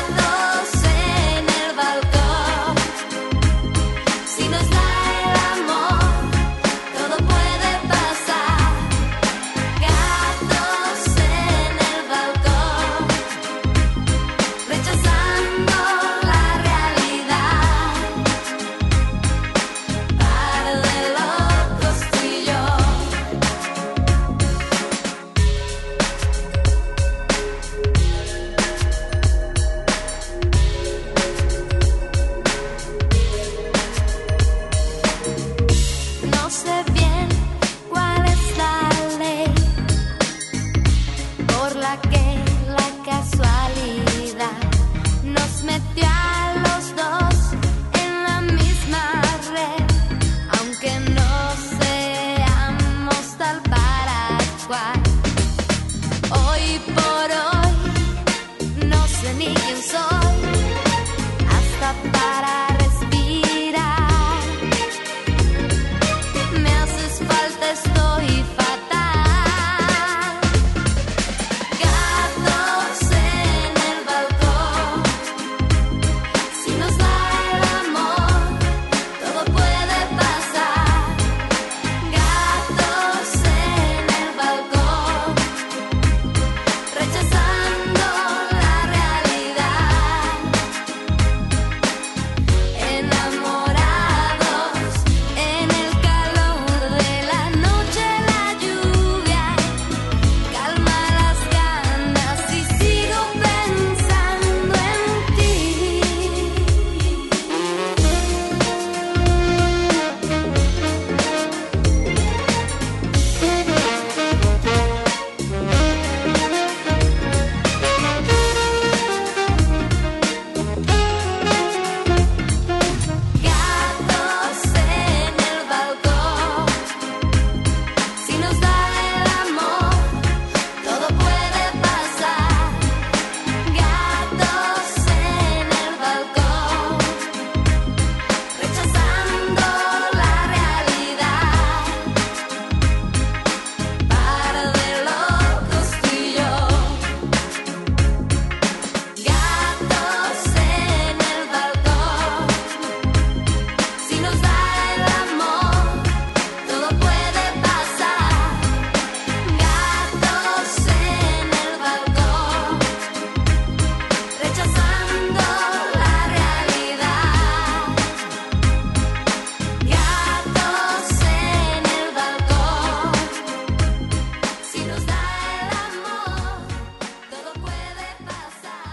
ni quién soy, hasta para respirar. Me haces falta, estoy fatal. Gatos en el balcón, si nos da el amor, todo puede pasar. Gatos en el balcón, rechazando la realidad. Enamorados en el calor de la noche, la lluvia calma las ganas y sigo pensando en ti. Gatos en el balcón, si nos da el amor, todo puede pasar. Gatos en el balcón, rechazando la realidad. Par de locos tú y yo. Gatos en el balcón, si nos da el amor, todo puede pasar. Gatos en el balcón, rechazando la realidad. Gatos en el balcón, si nos da el amor, todo puede pasar.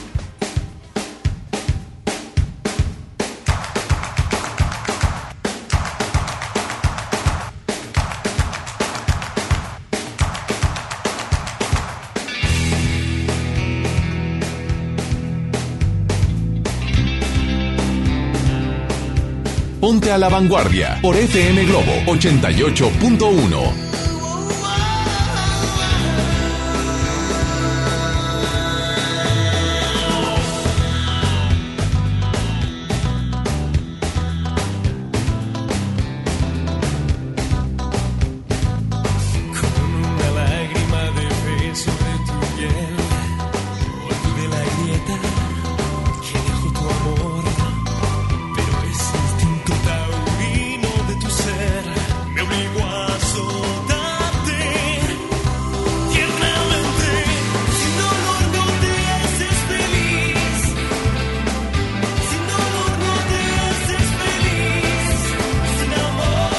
Ponte a la vanguardia por FM Globo 88.1. Una lágrima de fe sobre tu piel, olvidé la grieta que dejó tu amor, pero ese instinto taurino de tu ser me obligó a azotarte tiernamente. Sin dolor no te haces feliz, sin dolor no te haces feliz, sin amor.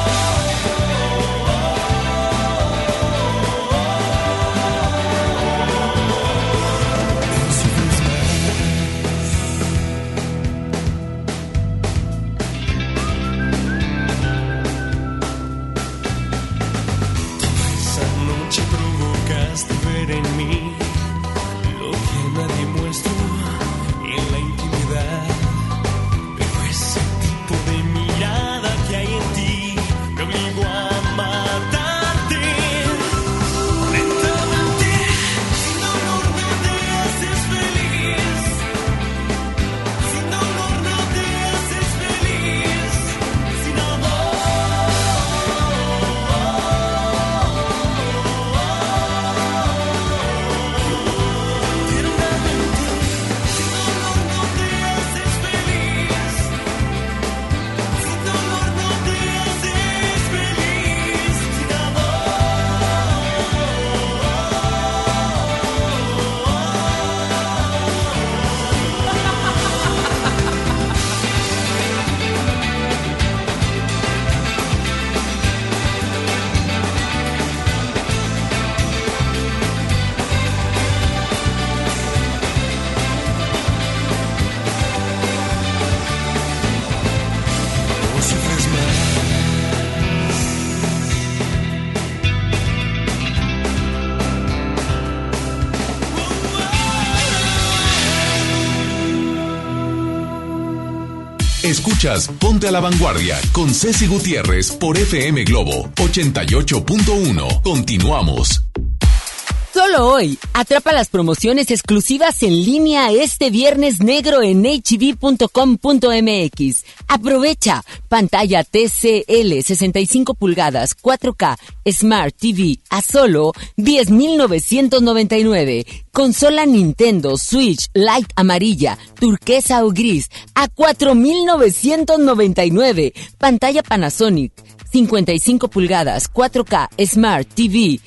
Esa noche provocaste ver en mí lo que nadie muestra en la intimidad, pero ese tipo de mirada que hay en ti me obligó a matarte lentamente. Sin dolor no te haces feliz, sin dolor no te haces feliz, sin amor. No sufres más. Escuchas Ponte a la Vanguardia con Ceci Gutiérrez por FM Globo 88.1. Continuamos. Solo hoy, atrapa las promociones exclusivas en línea este viernes negro en hb.com.mx. Aprovecha pantalla TCL 65 pulgadas 4K Smart TV a solo $10,999. Consola Nintendo Switch Lite amarilla, turquesa o gris a $4,999. Pantalla Panasonic 55 pulgadas 4K Smart TV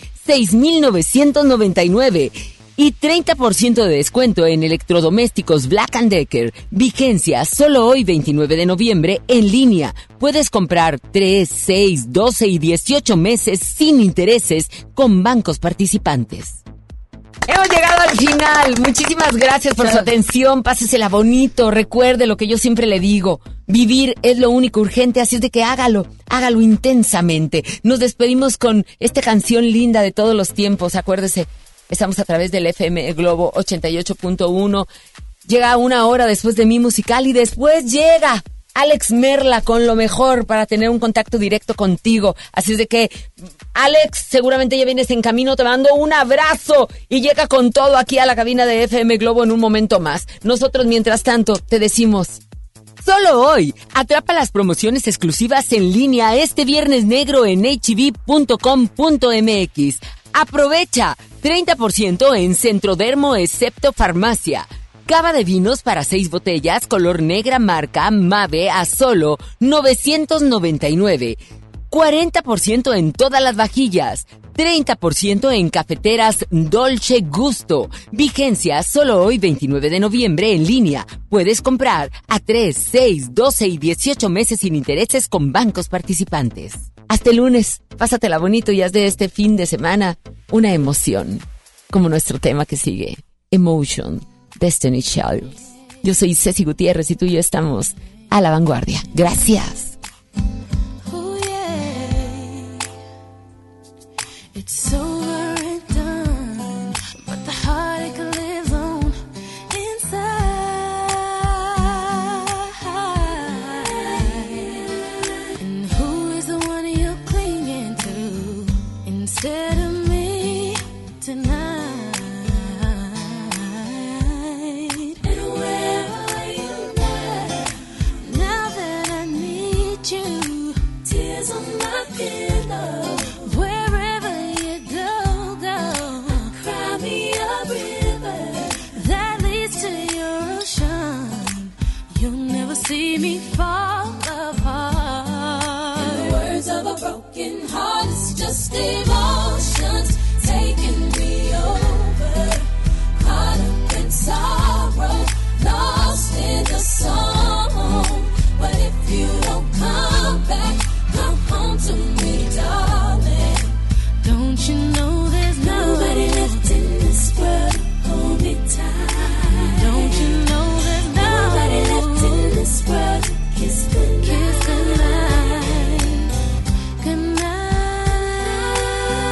$6,999 y 30% de descuento en electrodomésticos Black & Decker. Vigencia solo hoy 29 de noviembre en línea. Puedes comprar 3, 6, 12 y 18 meses sin intereses con bancos participantes. Hemos llegado al final. Muchísimas gracias por su atención. Pásesela bonito. Recuerde lo que yo siempre le digo. Vivir es lo único urgente, así es de que hágalo intensamente. Nos despedimos con esta canción linda de todos los tiempos. Acuérdese, estamos a través del FM Globo 88.1. Llega una hora después de mi musical y después llega Alex Merla con lo mejor para tener un contacto directo contigo. Así es de que, Alex, seguramente ya vienes en camino, te mando un abrazo y llega con todo aquí a la cabina de FM Globo en un momento más. Nosotros, mientras tanto, te decimos... Solo hoy, atrapa las promociones exclusivas en línea este viernes negro en hb.com.mx. Aprovecha 30% en Centrodermo excepto farmacia. Cava de vinos para 6 botellas, color negra marca Mave a solo $999. 40% en todas las vajillas. 30% en cafeteras Dolce Gusto. Vigencia solo hoy 29 de noviembre en línea. Puedes comprar a 3, 6, 12 y 18 meses sin intereses con bancos participantes. Hasta el lunes. Pásatela bonito y haz de este fin de semana una emoción. Como nuestro tema que sigue. Emotion, Destiny Child. Yo soy Ceci Gutiérrez y tú y yo estamos a la vanguardia. Gracias. It's over and done, but the heartache lives on inside. And who is the one you're clinging to instead of me tonight? And where are you now that I need you? Tears on my pillow. See me fall apart. In the words of a broken heart, it's just emotions taking me over. Caught up in sorrow, lost in the song. But if you don't come back, come home to me, darling. Don't you know there's nobody left in this world to hold me tight? Don't you know there's nobody left in this world to kiss goodnight? Kiss goodnight, goodnight.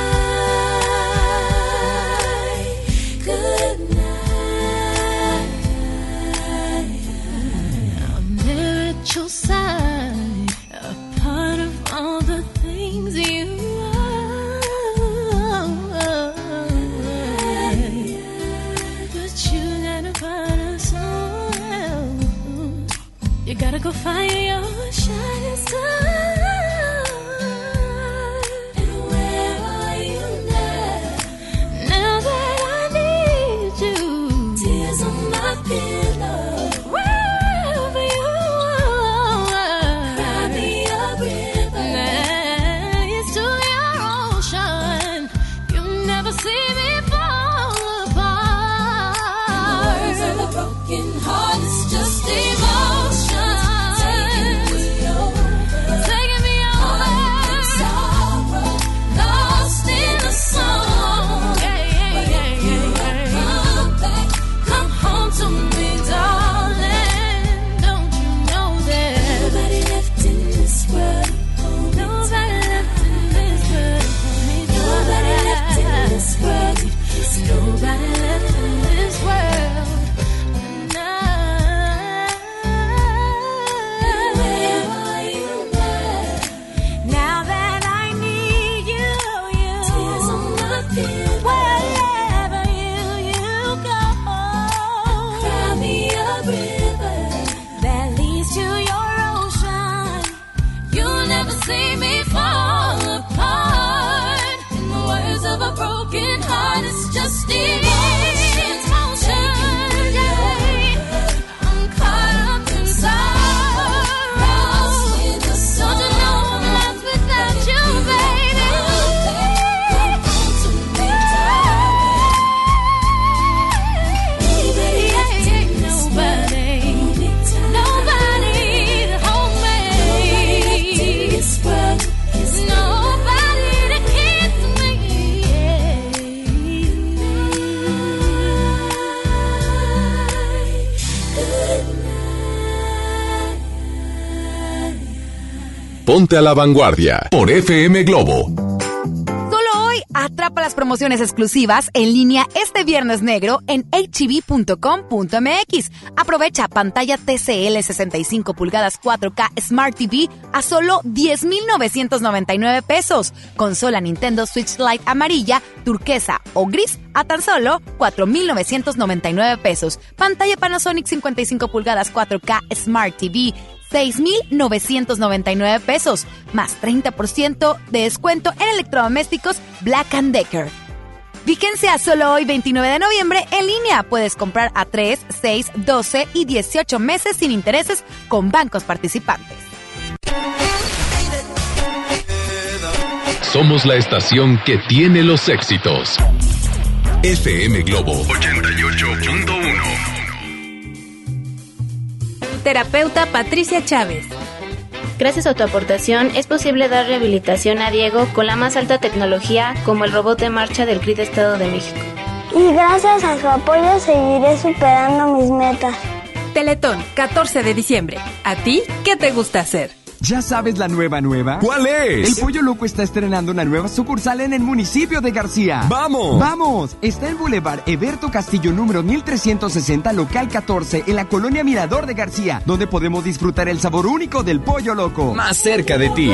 Ponte a la vanguardia por FM Globo. Solo hoy atrapa las promociones exclusivas en línea este Viernes Negro en hb.com.mx. Aprovecha pantalla TCL 65 pulgadas 4K Smart TV a solo 10,999 pesos. Consola Nintendo Switch Lite amarilla, turquesa o gris a tan solo 4,999 pesos. Pantalla Panasonic 55 pulgadas 4K Smart TV 6,999 pesos, más 30% de descuento en electrodomésticos Black & Decker. Vigencia solo hoy 29 de noviembre en línea. Puedes comprar a 3, 6, 12 y 18 meses sin intereses con bancos participantes. Somos la estación que tiene los éxitos. FM Globo 88.1. Terapeuta Patricia Chávez. Gracias a tu aportación es posible dar rehabilitación a Diego con la más alta tecnología como el robot de marcha del CRIT Estado de México. Y gracias a su apoyo seguiré superando mis metas. Teletón, 14 de diciembre. ¿A ti qué te gusta hacer? ¿Ya sabes la nueva? ¿Cuál es? El Pollo Loco está estrenando una nueva sucursal en el municipio de García. ¡Vamos! ¡Vamos! Está en Boulevard Eberto Castillo número 1360, local 14, en la colonia Mirador de García, donde podemos disfrutar el sabor único del Pollo Loco. Más cerca de ti.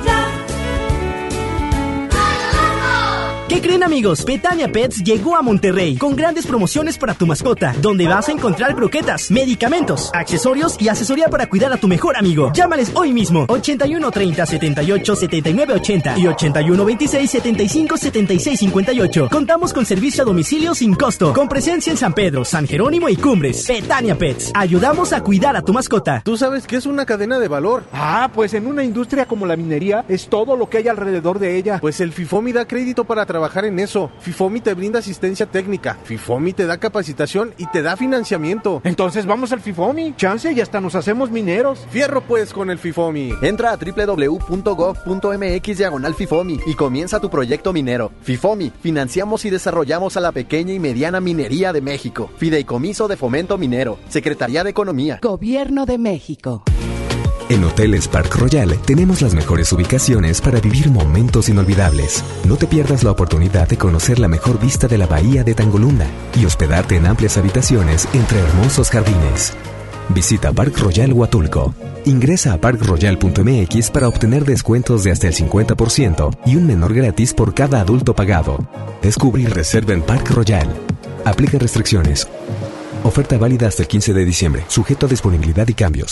¿Qué creen, amigos? Petania Pets llegó a Monterrey con grandes promociones para tu mascota, donde vas a encontrar croquetas, medicamentos, accesorios y asesoría para cuidar a tu mejor amigo. Llámales hoy mismo 81 30 78 79 80 y 81 26 75 76 58. Contamos con servicio a domicilio sin costo, con presencia en San Pedro, San Jerónimo y Cumbres. Petania Pets, ayudamos a cuidar a tu mascota. ¿Tú sabes qué es una cadena de valor? Pues en una industria como la minería es todo lo que hay alrededor de ella. Pues el FIFOMI da crédito para trabajar en eso. FIFOMI te brinda asistencia técnica. FIFOMI te da capacitación y te da financiamiento. Entonces vamos al FIFOMI. Chance y hasta nos hacemos mineros. Fierro pues con el FIFOMI. Entra a www.gov.mx/FIFOMI y comienza tu proyecto minero. FIFOMI, financiamos y desarrollamos a la pequeña y mediana minería de México. Fideicomiso de Fomento Minero. Secretaría de Economía. Gobierno de México. En Hoteles Park Royal tenemos las mejores ubicaciones para vivir momentos inolvidables. No te pierdas la oportunidad de conocer la mejor vista de la bahía de Tangolunda y hospedarte en amplias habitaciones entre hermosos jardines. Visita Park Royal Huatulco. Ingresa a parkroyal.mx para obtener descuentos de hasta el 50% y un menor gratis por cada adulto pagado. Descubre y reserva en Park Royal. Aplica restricciones. Oferta válida hasta el 15 de diciembre, sujeto a disponibilidad y cambios.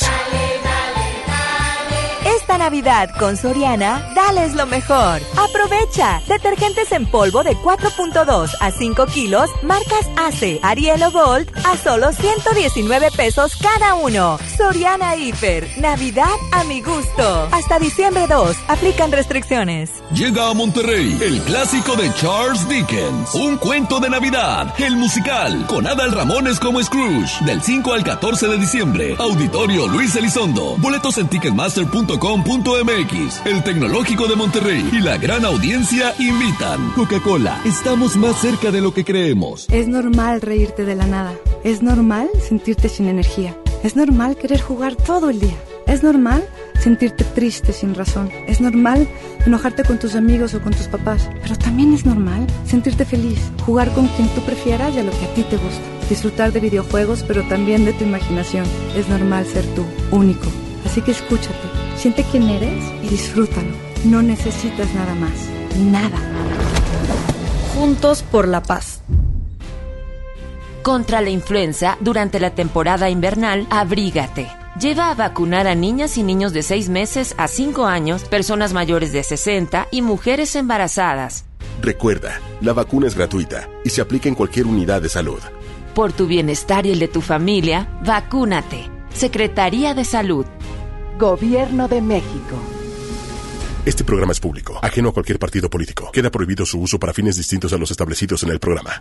Esta Navidad con Soriana, dales lo mejor. Aprovecha. Detergentes en polvo de 4.2 a 5 kilos, marcas Ace, Ariel o Gold, a solo 119 pesos cada uno. Soriana Hiper. Navidad a mi gusto. Hasta diciembre 2. Aplican restricciones. Llega a Monterrey el clásico de Charles Dickens. Un cuento de Navidad. El musical. Con Adal Ramones como Scrooge. Del 5 al 14 de diciembre. Auditorio Luis Elizondo. Boletos en ticketmaster.com.mx. El Tecnológico de Monterrey y la gran audiencia invitan. Coca-Cola, estamos más cerca de lo que creemos. Es normal reírte de la nada. Es normal sentirte sin energía. Es normal querer jugar todo el día. Es normal sentirte triste sin razón. Es normal enojarte con tus amigos o con tus papás. Pero también es normal sentirte feliz, jugar con quien tú prefieras y a lo que a ti te gusta. Disfrutar de videojuegos, pero también de tu imaginación. Es normal ser tú, único. Así que escúchate. Siente quién eres y disfrútalo. No necesitas nada más. Nada. Juntos por la paz. Contra la influenza, durante la temporada invernal, abrígate. Lleva a vacunar a niñas y niños de 6 meses a 5 años, personas mayores de 60 y mujeres embarazadas. Recuerda, la vacuna es gratuita y se aplica en cualquier unidad de salud. Por tu bienestar y el de tu familia, vacúnate. Secretaría de Salud. Gobierno de México. Este programa es público, ajeno a cualquier partido político. Queda prohibido su uso para fines distintos a los establecidos en el programa.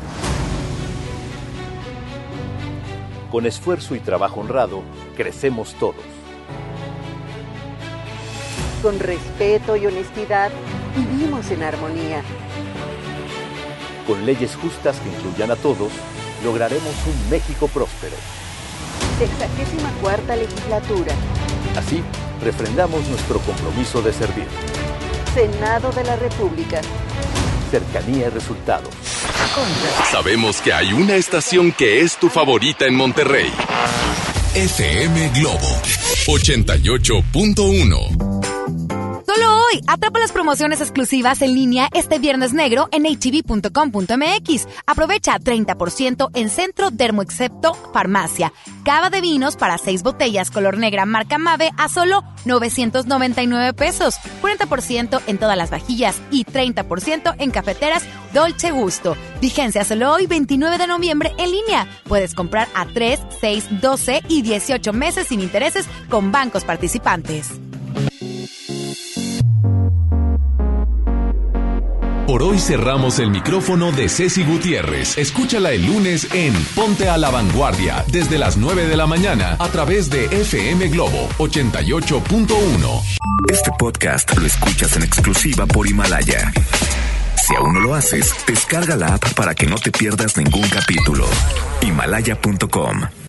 Con esfuerzo y trabajo honrado, crecemos todos. Con respeto y honestidad, vivimos en armonía. Con leyes justas que incluyan a todos, lograremos un México próspero. 64ª legislatura. Así, refrendamos nuestro compromiso de servir. Senado de la República. Cercanía y resultados. Sabemos que hay una estación que es tu favorita en Monterrey. FM Globo 88.1. Solo hoy, atrapa las promociones exclusivas en línea este Viernes Negro en hb.com.mx. Aprovecha 30% en Centro Dermoexcepto Farmacia. Cava de vinos para 6 botellas color negra marca Mave a solo 999 pesos. 40% en todas las vajillas y 30% en cafeteras Dolce Gusto. Vigencia solo hoy, 29 de noviembre, en línea. Puedes comprar a 3, 6, 12 y 18 meses sin intereses con bancos participantes. Por hoy cerramos el micrófono de Ceci Gutiérrez. Escúchala el lunes en Ponte a la Vanguardia, desde las 9 de la mañana, a través de FM Globo 88.1. Este podcast lo escuchas en exclusiva por Himalaya. Si aún no lo haces, descarga la app para que no te pierdas ningún capítulo. Himalaya.com